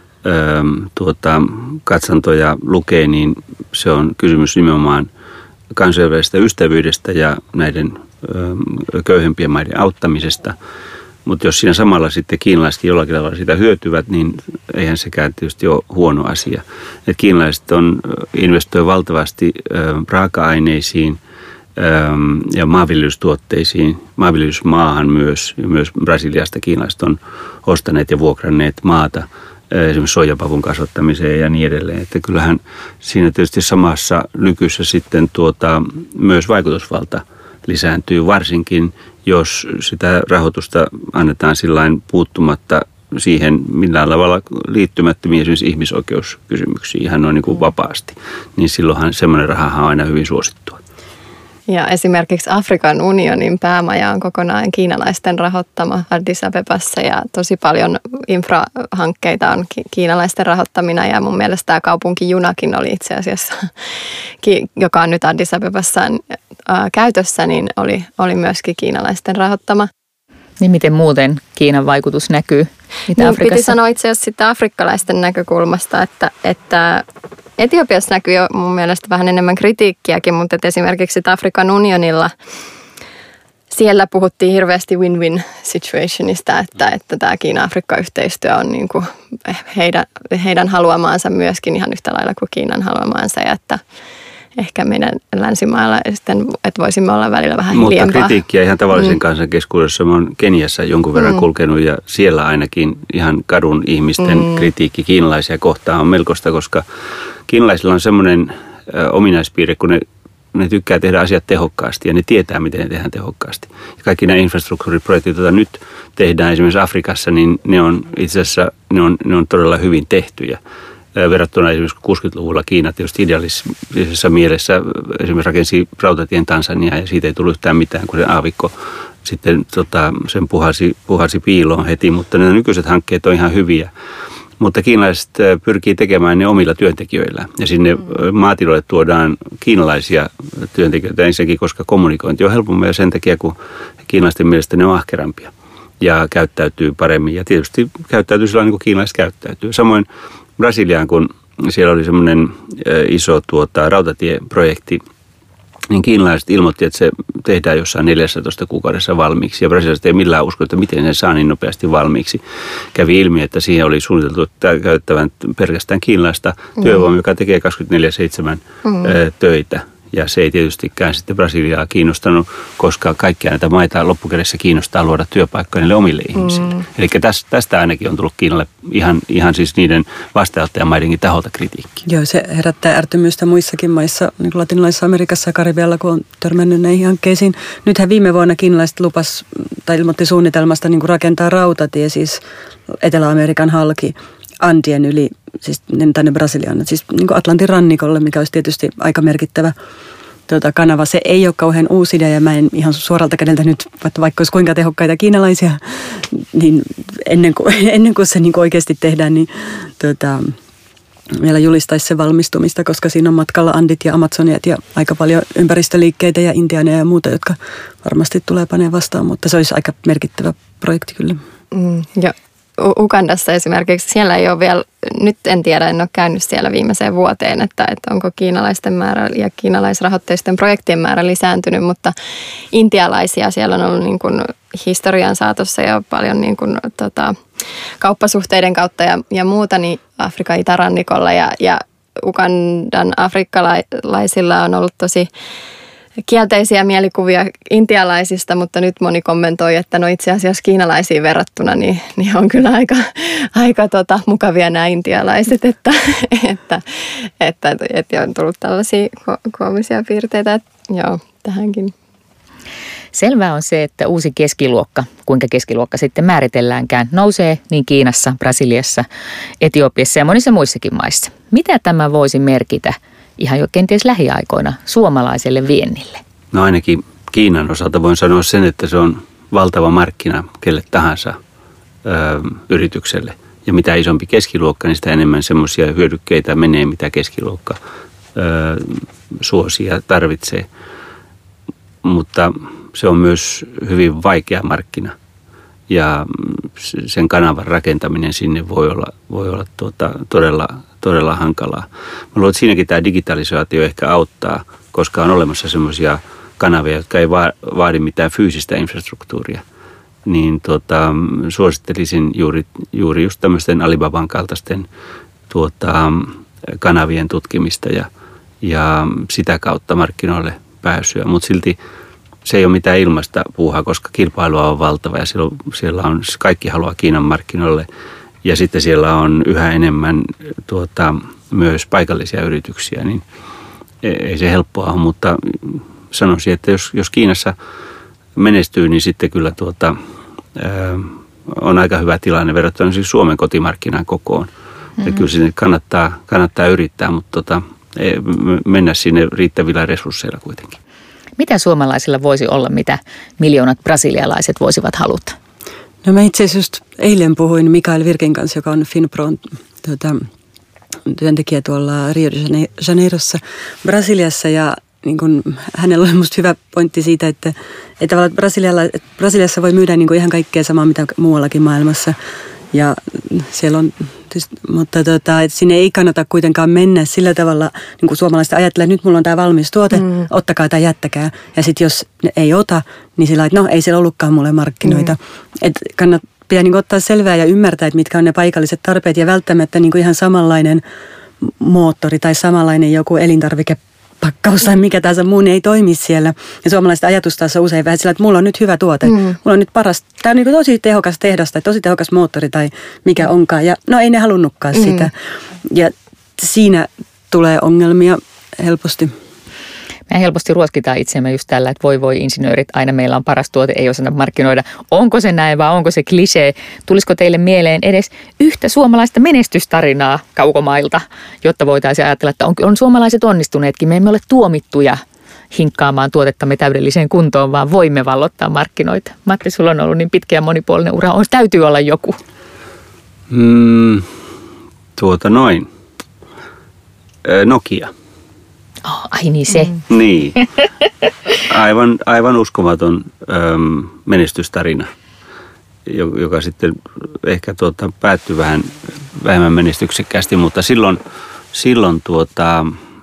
Öö, tuota, katsantoja lukee, niin se on kysymys nimenomaan kansainvälisestä ystävyydestä ja näiden öö, köyhempien maiden auttamisesta. Mutta jos siinä samalla sitten kiinalaisetkin jollakin tavalla sitä hyötyvät, niin eihän sekään tietysti ole huono asia. Et kiinalaiset on, investoi valtavasti öö, raaka-aineisiin öö, ja maanviljelystuotteisiin, maanviljelysmaahan myös, ja myös Brasiliasta kiinalaiset on ostaneet ja vuokranneet maata esimerkiksi soijapavun kasvattamiseen ja niin edelleen. Että kyllähän siinä tietysti samassa lykyssä sitten tuota, myös vaikutusvalta lisääntyy, varsinkin jos sitä rahoitusta annetaan sillain puuttumatta siihen millään tavalla liittymättömiin esimerkiksi ihmisoikeuskysymyksiin ihan noin niin kuin vapaasti. Niin silloinhan semmoinen rahahan on aina hyvin suosittua. Ja esimerkiksi Afrikan unionin päämaja on kokonaan kiinalaisten rahoittama Addis Abebassa, ja tosi paljon infrahankkeita on kiinalaisten rahoittamina, ja mun mielestä tämä kaupunkijunakin oli itse asiassa, joka on nyt Addis Abebassa käytössä, niin oli, oli myöskin kiinalaisten rahoittama. Niin miten muuten Kiinan vaikutus näkyy? Mitä niin, Afrikassa? Piti sanoa itse asiassa sitten afrikkalaisten näkökulmasta, että, että Etiopiassa näkyy jo mun mielestä vähän enemmän kritiikkiäkin, mutta esimerkiksi Afrikan unionilla siellä puhuttiin hirveästi win-win situationista, että, että tämä Kiina-Afrikka-yhteistyö on niin kuin heidän, heidän haluamaansa myöskin ihan yhtä lailla kuin Kiinan haluamaansa, ja että, ehkä meidän länsimailla sitten, että voisimme olla välillä vähän Mutta hiljempaa. kritiikkiä ihan tavallisen mm. kansan keskuudessa. Mä oon Keniassa jonkun verran mm. kulkenut ja siellä ainakin ihan kadun ihmisten mm. kritiikki kiinalaisia kohtaan on melkoista, koska kiinalaisilla on semmoinen ö, ominaispiirre, kun ne Ne tykkää tehdä asiat tehokkaasti ja ne tietää, miten ne tehdään tehokkaasti. Ja kaikki nämä infrastruktuuriprojektit, joita nyt tehdään esimerkiksi Afrikassa, niin ne on itse asiassa ne on, ne on todella hyvin tehtyjä. Verrattuna esimerkiksi kuusikymmentäluvulla Kiina tietysti idealistisessa mielessä esimerkiksi rakensi rautatien Tansania ja siitä ei tullut yhtään mitään, kun se aavikko sitten tota, sen puhasi, puhasi piiloon heti. Mutta nämä nykyiset hankkeet on ihan hyviä. Mutta kiinalaiset pyrkii tekemään ne omilla työntekijöillä. Ja sinne maatiloille tuodaan kiinalaisia työntekijöitä ensinnäkin, koska kommunikointi on helpompaa ja sen takia, kun kiinalaisten mielestä ne on ahkerampia ja käyttäytyy paremmin. Ja tietysti käyttäytyy sillä niin kuin kiinalaiset käyttäytyy. Samoin Brasiliaan, kun siellä oli semmoinen iso tuota, rautatieprojekti, niin kiinalaiset ilmoitti, että se tehdään jossain neljätoista kuukaudessa valmiiksi. Ja brasilialaiset ei millään usko, että miten se saa niin nopeasti valmiiksi. Kävi ilmi, että siihen oli suunniteltu käyttävän pelkästään kiinalaista mm. työvoimaa, joka tekee kaksikymmentäneljä seitsemän mm. töitä. Ja se ei tietystikään sitten Brasiliaa kiinnostanut, koska kaikkia näitä maita loppukädessä kiinnostaa luoda työpaikkoja niille omille ihmisille. Mm. Eli tästä ainakin on tullut Kiinalle ihan, ihan siis niiden vastaanottajamaidenkin taholta kritiikkiä. Joo, se herättää ärtymystä muissakin maissa, niin kuin Latinalaisessa Amerikassa ja Karibialla, kun on törmännyt näihin hankkeisiin. Nythän viime vuonna kiinalaiset lupas tai ilmoitti suunnitelmasta niin kuin rakentaa rautatie, siis Etelä-Amerikan halki Andien yli, siis tänne Brasiliaan, siis niin kuin Atlantin rannikolle, mikä olisi tietysti aika merkittävä tuota, kanava. Se ei ole kauhean uusi idea ja mä en ihan suoralta kädeltä nyt, vaikka olisi kuinka tehokkaita kiinalaisia, niin ennen kuin, ennen kuin se niin kuin oikeasti tehdään, niin tuota, vielä julistaisi se valmistumista, koska siinä on matkalla Andit ja Amazoniat ja aika paljon ympäristöliikkeitä ja intiaaneja ja muuta, jotka varmasti tulee paneen vastaan, mutta se olisi aika merkittävä projekti kyllä. Mm, ja Ugandassa esimerkiksi, siellä ei ole vielä, nyt en tiedä, en ole käynyt siellä viimeiseen vuoteen, että, että onko kiinalaisten määrä ja kiinalaisrahoitteisten projektien määrä lisääntynyt, mutta intialaisia siellä on ollut niin kuin historian saatossa ja paljon niin kuin, tota, kauppasuhteiden kautta ja, ja muuta niin Afrikan itärannikolla ja, ja Ugandan afrikkalaisilla on ollut tosi kielteisiä mielikuvia intialaisista, mutta nyt moni kommentoi, että no itse asiassa kiinalaisiin verrattuna niin, niin on kyllä aika, aika tota, mukavia nämä intialaiset, että, että, että, että on tullut tällaisia ko- koomisia piirteitä, että joo, tähänkin. Selvää on se, että uusi keskiluokka, kuinka keskiluokka sitten määritelläänkään, nousee niin Kiinassa, Brasiliassa, Etiopiassa ja monissa muissakin maissa. Mitä tämä voisi merkitä ihan jo kenties lähiaikoina suomalaiselle viennille? No ainakin Kiinan osalta voin sanoa sen, että se on valtava markkina kelle tahansa ö, yritykselle. Ja mitä isompi keskiluokka, niin sitä enemmän semmoisia hyödykkeitä menee, mitä keskiluokka ö, suosii ja tarvitsee. Mutta se on myös hyvin vaikea markkina. Ja sen kanavan rakentaminen sinne voi olla, voi olla tuota, todella, todella hankalaa. Mä luulen, että siinäkin tämä digitalisaatio ehkä auttaa, koska on olemassa semmoisia kanavia, jotka ei vaadi mitään fyysistä infrastruktuuria. Niin tuota, suosittelisin juuri, juuri just tämmöisten Alibaban kaltaisten tuota, kanavien tutkimista ja, ja sitä kautta markkinoille pääsyä. Mutta silti se ei ole mitään ilmaista puuhaa, koska kilpailua on valtava ja siellä on, siellä on kaikki haluaa Kiinan markkinoille. Ja sitten siellä on yhä enemmän tuota, myös paikallisia yrityksiä, niin ei se helppoa ole, mutta sanoisin, että jos, jos Kiinassa menestyy, niin sitten kyllä tuota, ää, on aika hyvä tilanne verrattuna siis Suomen kotimarkkinaan kokoon. Mm-hmm. Ja kyllä sinne kannattaa, kannattaa yrittää, mutta tota, mennä sinne riittävillä resursseilla kuitenkin. Mitä suomalaisilla voisi olla, mitä miljoonat brasilialaiset voisivat haluta? No mä itse asiassa just eilen puhuin Mikael Virkin kanssa, joka on Finpron tuota, työntekijä tuolla Rio de Janeirossa Brasiliassa ja niin kun, hänellä on musta hyvä pointti siitä, että, että Brasiliassa voi myydä niin kun ihan kaikkea samaa mitä muuallakin maailmassa ja siellä on, mutta tota, että sinne ei kannata kuitenkaan mennä sillä tavalla, niin kuin suomalaiset ajattelee, että nyt mulla on tämä valmis tuote, mm. ottakaa tai jättäkää. Ja sitten jos ne ei ota, niin sillä että no ei siellä ollutkaan mulle markkinoita. Mm. Että kannat, pitää niin kuin ottaa selvää ja ymmärtää, että mitkä on ne paikalliset tarpeet ja välttämättä niin kuin ihan samanlainen moottori tai samanlainen joku elintarvike pakkaus tai mikä tahansa muu, niin ei toimi siellä. Ja suomalaista ajatustaassa on usein vähän sillä, että mulla on nyt hyvä tuote, mm. mulla on nyt paras, tämä on niin tosi tehokas tehdas tai tosi tehokas moottori tai mikä onkaan. Ja no ei ne halunnutkaan mm. sitä. Ja siinä tulee ongelmia helposti. Me helposti ruoskitaan itseämme just tällä, että voi voi insinöörit, aina meillä on paras tuote, ei osata markkinoida. Onko se näin vai onko se klisee? Tulisiko teille mieleen edes yhtä suomalaista menestystarinaa kaukomailta, jotta voitaisiin ajatella, että on, on suomalaiset onnistuneetkin. Me emme ole tuomittuja hinkkaamaan tuotettamme täydelliseen kuntoon, vaan voimme vallottaa markkinoita. Matti, sulla on ollut niin pitkä ja monipuolinen ura. On, täytyy olla joku. Mm, tuota noin. Nokia. Oh, ai niin se. Mm. Niin. Aivan, aivan uskomaton äm, menestystarina, joka sitten ehkä tuota, päättyi vähän vähemmän menestyksekkäästi, mutta silloin, silloin tuota,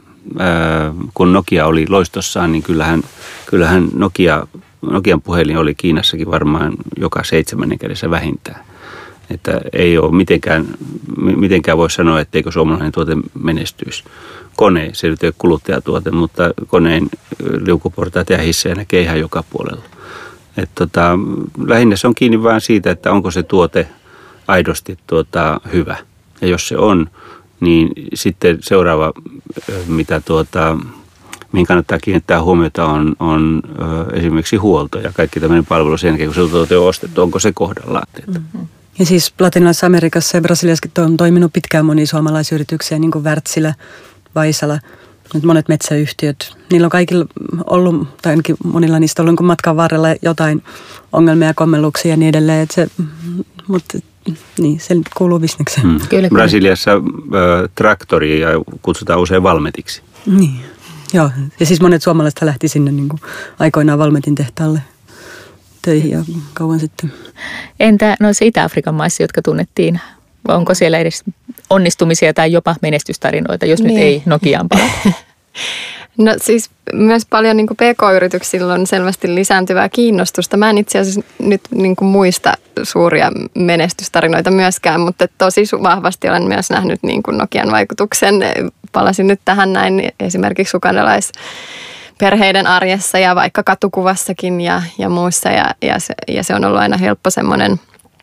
ää, kun Nokia oli loistossaan, niin kyllähän, kyllähän Nokia, Nokian puhelin oli Kiinassakin varmaan joka seitsemännen kädessä vähintään. Että ei ole mitenkään, mitenkään voi sanoa, etteikö suomalainen tuote menestyisi. Kone, se nyt ei ole kuluttajatuote, mutta koneen liukuportaat ja hissejä näkee ihan joka puolella. Et tota, lähinnä se on kiinni vain siitä, että onko se tuote aidosti tuota, hyvä. Ja jos se on, niin sitten seuraava, mitä tuota, mihin kannattaa kiinnittää huomiota, on, on ö, esimerkiksi huolto ja kaikki tämmöinen palvelu sen jälkeen, kun se tuote on ostettu, onko se kohdallaan. Mm-hmm. Ja siis Latinalaisessa Amerikassa ja Brasiliassakin on toiminut pitkään monia suomalaisyrityksiä, niin kuin Wärtsilä, Vaisala, nyt monet metsäyhtiöt. Niillä on kaikilla ollut, tai ainakin monilla niistä on ollut matkan varrella jotain ongelmia, kommelluksia ja niin edelleen. Että se, mutta niin, se kuuluu bisnekseen. Hmm. Kyllä, Brasiliassa äh, traktoria kutsutaan usein Valmetiksi. Niin, joo. Ja siis monet suomalaiset lähti sinne niin kuin aikoinaan Valmetin tehtaalle töihin ja kauan sitten. Entä noissa Itä-Afrikan maissa, jotka tunnettiin, onko siellä edes onnistumisia tai jopa menestystarinoita, jos niin. nyt ei Nokiaan palata? No siis myös paljon niin kuin P K-yrityksillä on selvästi lisääntyvää kiinnostusta. Mä en itse asiassa nyt niin kuin muista suuria menestystarinoita myöskään, mutta tosi vahvasti olen myös nähnyt niin kuin Nokian vaikutuksen. Palasin nyt tähän näin esimerkiksi ugandalaisperheiden arjessa ja vaikka katukuvassakin ja, ja muussa. Ja, ja, se, ja se on ollut aina helppo semmoinen,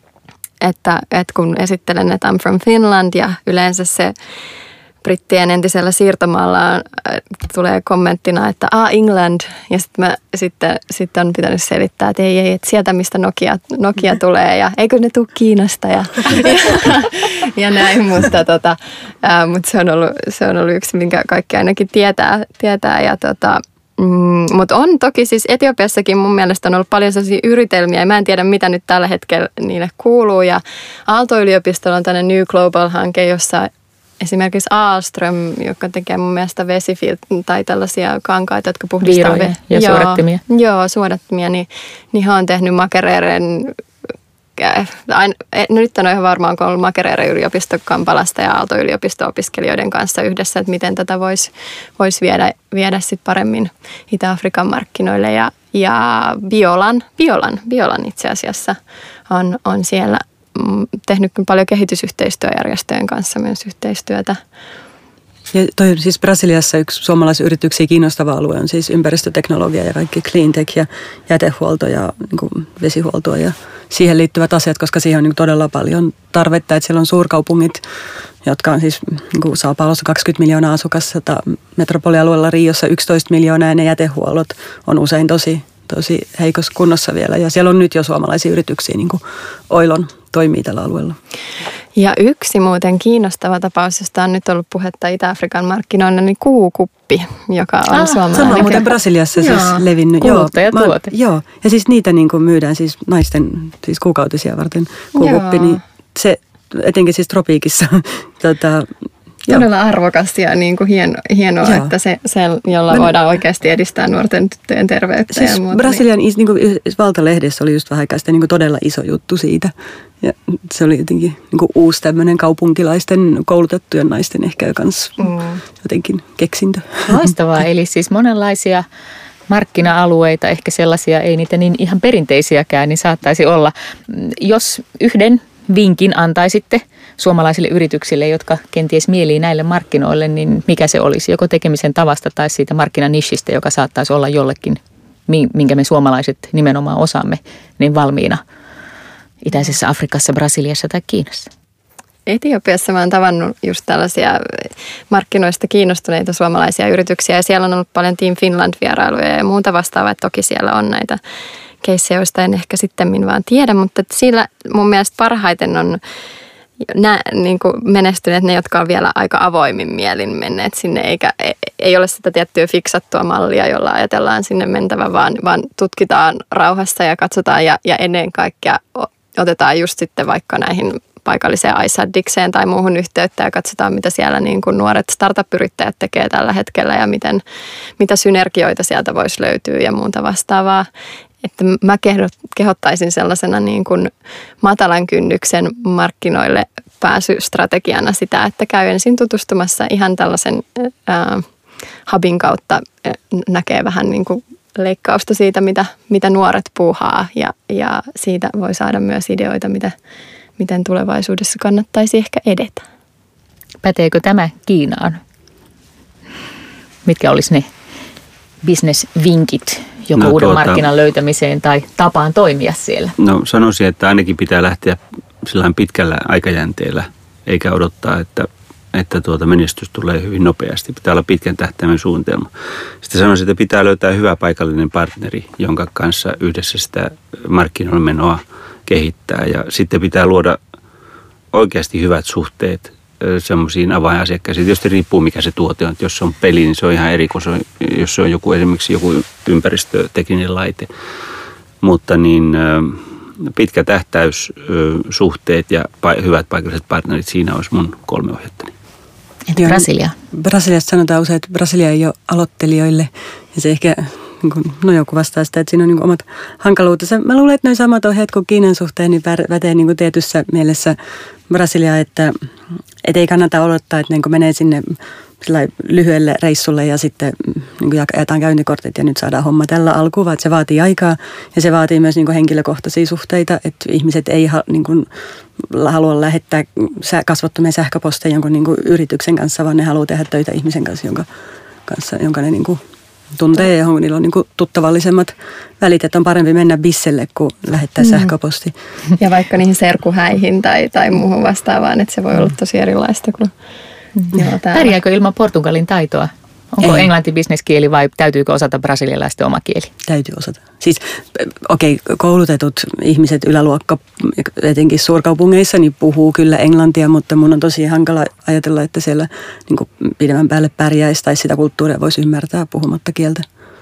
että, että kun esittelen, että I'm from Finland ja yleensä se brittien entisellä siirtomaalla äh, tulee kommenttina, että ah, England. Ja sitten mä sitten, sitten on pitänyt selittää, että ei, ei, että sieltä mistä Nokia, Nokia tulee ja eikö ne tule Kiinasta ja, ja, ja näin. Mutta, tota, äh, mutta se, on ollut, se on ollut yksi, minkä kaikki ainakin tietää. tietää ja tota, mm, mutta on toki siis Etiopiassakin mun mielestä on ollut paljon sellaisia yritelmiä ja mä en tiedä mitä nyt tällä hetkellä niille kuuluu. Ja Aalto-yliopistolla on tämmöinen New Global-hanke, jossa esimerkiksi Ahlström, joka tekee mun mielestä vesifil- tai tällaisia kankaita, jotka puhdistaa viiroja ja joo, suodattimia. Joo, suodattimia, niin, niin he on tehnyt Makereren, no nyt on ihan varmaan, kun on ollut Makereren yliopisto Kampalasta ja Aalto-yliopisto-opiskelijoiden kanssa yhdessä, että miten tätä voisi vois viedä, viedä sit paremmin Itä-Afrikan markkinoille. Ja, ja Biolan, Biolan, Biolan itse asiassa on, on siellä tehnyt paljon kehitysyhteistyöjärjestöjen kanssa myös yhteistyötä. Ja toi, siis Brasiliassa yksi suomalaisyrityksiä kiinnostava alue on siis ympäristöteknologia ja kaikki cleantech ja jätehuolto ja niin kuin vesihuoltoa ja siihen liittyvät asiat, koska siihen on niin kuin todella paljon tarvetta, että siellä on suurkaupungit, jotka on siis niin kuin Sao Paulossa kaksikymmentä miljoonaa asukasta, metropolialueella Riossa yksitoista miljoonaa ja ne jätehuollot on usein tosi, tosi heikossa kunnossa vielä ja siellä on nyt jo suomalaisia yrityksiä, niin kuin Oilon toimii tällä alueella. Ja yksi muuten kiinnostava tapaus, josta on nyt ollut puhetta Itä-Afrikan markkinoilla, niin kuukuppi, joka on ah, suomalainen. Sama muuten Brasiliassa siis levinnyt. Kuluttajatuote. Joo, joo, ja siis niitä niin kuin myydään siis naisten siis kuukautisia varten kuukuppi, niin se etenkin siis tropiikissa. tota, Todella arvokas ja niin kuin hieno, hienoa, joo. Että se, se, jolla Mä, voidaan oikeasti edistää nuorten tyttöjen terveyttä. Siis ja muuta. Brasilian niin. Niin kuin, valtalehdessä oli just vähän aikaa niin kuin todella iso juttu siitä. Ja se oli jotenkin niin kuin uusi tämmöinen kaupunkilaisten koulutettujen naisten ehkä kans mm. jotenkin keksintö. Loistavaa, eli siis monenlaisia markkina-alueita, ehkä sellaisia, ei niitä niin ihan perinteisiäkään, niin saattaisi olla. Jos yhden vinkin antaisitte suomalaisille yrityksille, jotka kenties mielii näille markkinoille, niin mikä se olisi? Joko tekemisen tavasta tai siitä markkinanishistä, joka saattaisi olla jollekin, minkä me suomalaiset nimenomaan osaamme, niin valmiina itäisessä Afrikassa, Brasiliassa tai Kiinassa? Etiopiassa mä oon tavannut just tällaisia markkinoista kiinnostuneita suomalaisia yrityksiä ja siellä on ollut paljon Team Finland-vierailuja ja muuta vastaavaa. Toki siellä on näitä keissejä, joista en ehkä sittemmin vaan tiedä, mutta sillä mun mielestä parhaiten on nä, niin kuin menestyneet ne, jotka on vielä aika avoimin mielin menneet sinne, eikä ei ole sitä tiettyä fiksattua mallia, jolla ajatellaan sinne mentävä, vaan, vaan tutkitaan rauhassa ja katsotaan ja, ja ennen kaikkea otetaan just sitten vaikka näihin paikalliseen iSaddikseen tai muuhun yhteyttä ja katsotaan, mitä siellä niin kuin nuoret startup-yrittäjät tekee tällä hetkellä ja miten, mitä synergioita sieltä voisi löytyä ja muuta vastaavaa. Että mä kehottaisin sellaisena niin kuin matalan kynnyksen markkinoille pääsystrategiana sitä, että käy ensin tutustumassa ihan tällaisen ää, hubin kautta, näkee vähän niin kuin leikkausta siitä, mitä, mitä nuoret puuhaa ja, ja siitä voi saada myös ideoita, mitä, miten tulevaisuudessa kannattaisi ehkä edetä. Päteekö tämä Kiinaan? Mitkä olisi ne business-vinkit joko no, uuden tuota, markkinan löytämiseen tai tapaan toimia siellä? No sanoisin, että ainakin pitää lähteä sellainen pitkällä aikajänteellä, eikä odottaa, että, että tuota menestys tulee hyvin nopeasti. Pitää olla pitkän tähtäimen suunnitelma. Sitten sanoisin, että pitää löytää hyvä paikallinen partneri, jonka kanssa yhdessä sitä markkinoille menoa kehittää. Ja sitten pitää luoda oikeasti hyvät suhteet semmoisiin avainasiakkaisiin. Tietysti riippuu, mikä se tuote on. Että jos se on peli, niin se on ihan eri kuin se on, jos se on joku, esimerkiksi joku ympäristötekninen laite. Mutta niin pitkä tähtäys, suhteet ja hyvät paikalliset partnerit, siinä olisi mun kolme ohjettani. Entä Brasilia? Brasiliassa sanotaan usein, että Brasilia ei ole aloittelijoille. Ja se ehkä, no joku vastaa sitä, että siinä on niin omat hankaluutensa. Mä luulen, että noin samat ohjeet kuin Kiinan suhteen, niin pätee niin tietyssä mielessä Brasilia, että et ei kannata odottaa, että niin menee sinne lyhyelle reissulle ja sitten niin jaetaan käyntikortit ja nyt saadaan homma tällä alkuun, vaan se vaatii aikaa ja se vaatii myös niin henkilökohtaisia suhteita, että ihmiset ei ha, niin kuin, halua lähettää kasvottomia sähköposteja jonkun niin yrityksen kanssa, vaan ne haluaa tehdä töitä ihmisen kanssa, jonka, kanssa, jonka ne niin kuin tuntee ja johon niillä on niin kuin tuttavallisemmat välit, että on parempi mennä bisselle kuin lähettää mm. sähköposti. Ja vaikka niihin serkuhäihin tai, tai muuhun vastaavaan, että se voi olla tosi erilaista kuin Joo, pärjääkö ilman portugalin taitoa? Onko ei. Englanti bisneskieli vai täytyykö osata brasilialaisten oma kieli? Täytyy osata. Siis okei, okay, koulutetut ihmiset yläluokka, etenkin suurkaupungeissa, niin puhuu kyllä englantia, mutta mun on tosi hankala ajatella, että siellä niin kuin pidemmän päälle pärjäisi tai sitä kulttuuria voisi ymmärtää puhumatta kieltä.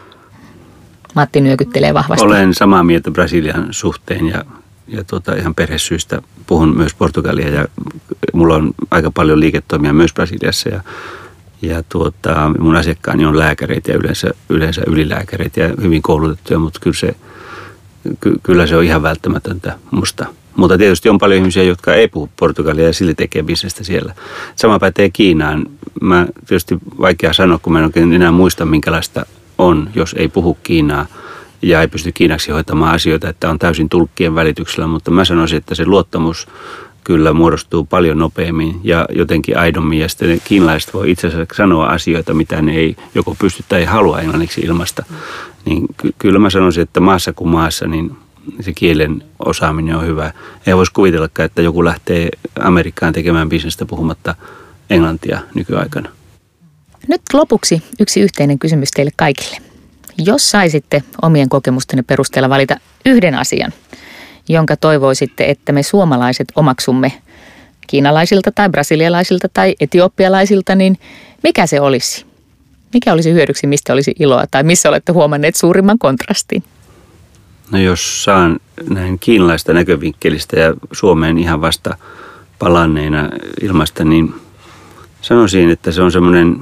Matti nyökyttelee vahvasti. Olen samaa mieltä Brasilian suhteen ja Ja tuota, ihan perhesyistä puhun myös portugalia ja mulla on aika paljon liiketoimia myös Brasiliassa ja, ja tuota, mun asiakkaani on lääkäreitä ja yleensä, yleensä ylilääkäreitä ja hyvin koulutettuja, mutta kyllä se, ky, kyllä se on ihan välttämätöntä musta. Mutta tietysti on paljon ihmisiä, jotka ei puhu portugalia ja sille tekee bisnestä siellä. Sama pätee Kiinaan. Mä tietysti vaikea sanoa, kun mä en oikein enää muista, minkälaista on, jos ei puhu kiinaa. Ja ei pysty kiinaksi hoitamaan asioita, että on täysin tulkkien välityksellä, mutta mä sanoisin, että se luottamus kyllä muodostuu paljon nopeammin ja jotenkin aidommin. Ja sitten kiinalaiset voi itse asiassa sanoa asioita, mitä ne ei joko pysty tai ei halua englanniksi ilmasta. Niin ky- kyllä mä sanoisin, että maassa kuin maassa, niin se kielen osaaminen on hyvä. Ei voisi kuvitellakaan, että joku lähtee Amerikkaan tekemään bisnestä puhumatta englantia nykyaikana. Nyt lopuksi yksi yhteinen kysymys teille kaikille. Jos saisitte omien kokemustenne perusteella valita yhden asian, jonka toivoisitte, että me suomalaiset omaksumme kiinalaisilta tai brasilialaisilta tai etiopialaisilta, niin mikä se olisi? Mikä olisi hyödyksi, mistä olisi iloa tai missä olette huomanneet suurimman kontrastin? No jos saan näin kiinalaista näkövinkkelistä ja Suomeen ihan vasta palanneena ilmasta, niin sanoisin, että se on semmoinen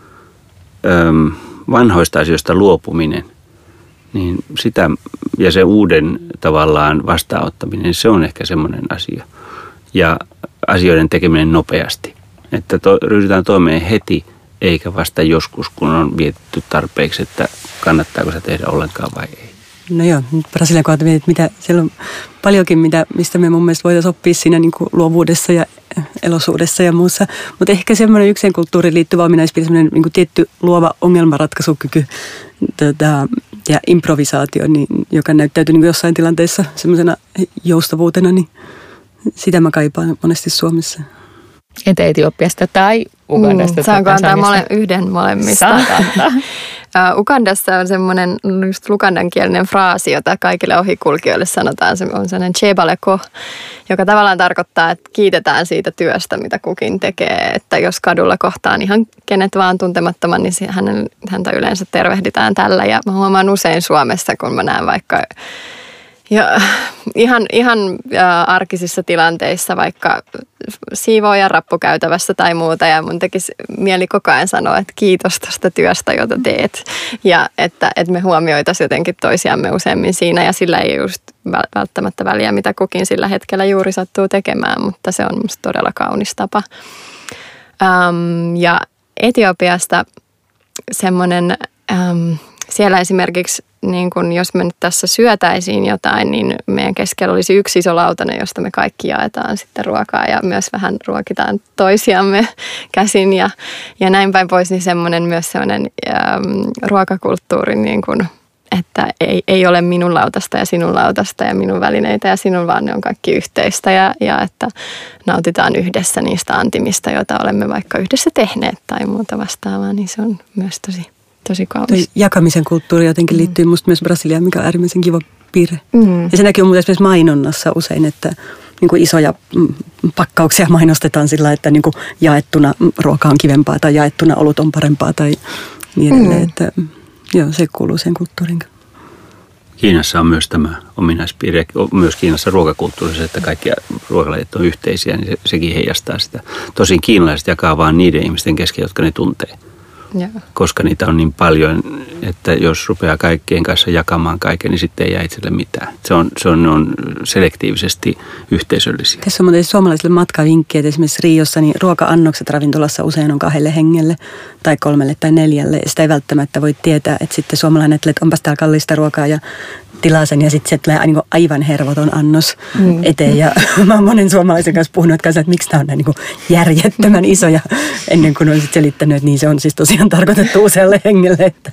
Öm, vanhoista asioista luopuminen, niin sitä ja se uuden tavallaan vastaanottaminen, se on ehkä semmoinen asia. Ja asioiden tekeminen nopeasti, että to, ryhdytään toimeen heti, eikä vasta joskus, kun on vietetty tarpeeksi, että kannattaako se tehdä ollenkaan vai ei. No joo, Brasilian kohdalta mietit, mitä siellä on paljonkin, mitä, mistä me mun mielestä voitaisiin oppia siinä niin kuin luovuudessa ja elosuudessa ja muussa. Mutta ehkä semmoinen yksin kulttuuriin liittyvä ominaispiirre, semmoinen niin kuin tietty luova ongelmanratkaisukyky tota, ja improvisaatio, niin, joka näyttäytyy niin kuin jossain tilanteessa semmoisena joustavuutena, niin sitä mä kaipaan monesti Suomessa. Entä Etiopiasta tai Ugandasta? Mm, saanko antaa mole, yhden molemmista? Uh, Ugandassa on semmoinen just lukandankielinen fraasi, jota kaikille ohikulkijoille sanotaan. Se on sellainen chebaleko, joka tavallaan tarkoittaa, että kiitetään siitä työstä, mitä kukin tekee. Että jos kadulla kohtaan ihan kenet vaan tuntemattoman, niin hänen, häntä yleensä tervehditään tällä. Ja mä huomaan usein Suomessa, kun mä näen vaikka ja ihan, ihan ä, arkisissa tilanteissa, vaikka siivoojan rappukäytävässä tai muuta, ja mun tekisi mieli koko ajan sanoa, että kiitos tästä työstä, jota teet, ja että, että me huomioitaisiin jotenkin toisiamme useammin siinä, ja sillä ei just välttämättä väliä, mitä kukin sillä hetkellä juuri sattuu tekemään, mutta se on musta todella kaunis tapa. Ähm, ja Etiopiasta semmoinen, ähm, siellä esimerkiksi niin kun jos me nyt tässä syötäisiin jotain, niin meidän keskellä olisi yksi iso lautanen, josta me kaikki jaetaan sitten ruokaa ja myös vähän ruokitaan toisiamme käsin ja, ja näin päin pois, niin semmoinen myös semmoinen ähm, ruokakulttuuri, niin kun, että ei, ei ole minun lautasta ja sinun lautasta ja minun välineitä ja sinun, vaan ne on kaikki yhteistä ja, ja että nautitaan yhdessä niistä antimista, joita olemme vaikka yhdessä tehneet tai muuta vastaavaa, niin se on myös tosi Tosi kaunis. Jakamisen kulttuuri jotenkin liittyy musta myös Brasiliaan, mikä on äärimmäisen kiva piirre. Mm. Ja se näkyy muuten myös mainonnassa usein, että niin kuin isoja pakkauksia mainostetaan sillä, että niin kuin jaettuna ruoka on kivempaa tai jaettuna olut on parempaa tai niin edelleen. Mm. Että, joo, se kuuluu sen kulttuuriin. Kiinassa on myös tämä ominaispiirre, myös Kiinassa ruokakulttuurissa, että kaikki ruokalajit on yhteisiä, niin se, sekin heijastaa sitä. Tosin kiinalaiset jakaa vain niiden ihmisten kesken, jotka ne tuntee. Ja. Koska niitä on niin paljon, että jos rupeaa kaikkien kanssa jakamaan kaiken, niin sitten ei jää itselle mitään. Se on, se on, on selektiivisesti yhteisöllisiä. Tässä on muuten suomalaisille matkavinkki, että esimerkiksi Riossa niin ruoka-annokset ravintolassa usein on kahdelle hengelle tai kolmelle tai neljälle. Sitä ei välttämättä voi tietää, että sitten suomalainen ajattelee, että onpas täällä kallista ruokaa ja tilaa sen ja sitten se tulee niin aivan hervoton annos mm. eteen. Ja mä oon monen suomalaisen kanssa puhunut, että, että miksi tämä on näin niin järjettömän iso ja ennen kuin on sitten selittänyt, että niin se on siis tosiaan tarkoitettu usealle hengelle. Että.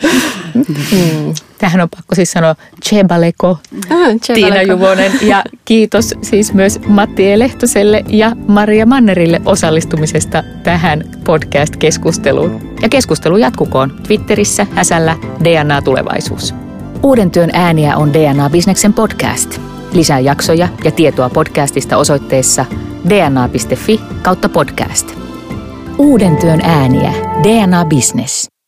Mm. Tähän on pakko siis sanoa chebaleko, ah, Tiina Juvonen, ja kiitos siis myös Matti E. Lehtoselle ja Maria Mannerille osallistumisesta tähän podcast-keskusteluun. Ja keskustelu jatkukoon Twitterissä häsällä D N A-tulevaisuus. Uuden työn ääniä on D N A-bisneksen podcast. Lisää jaksoja ja tietoa podcastista osoitteessa dna piste fi kautta podcast. Uuden työn ääniä. D N A Business.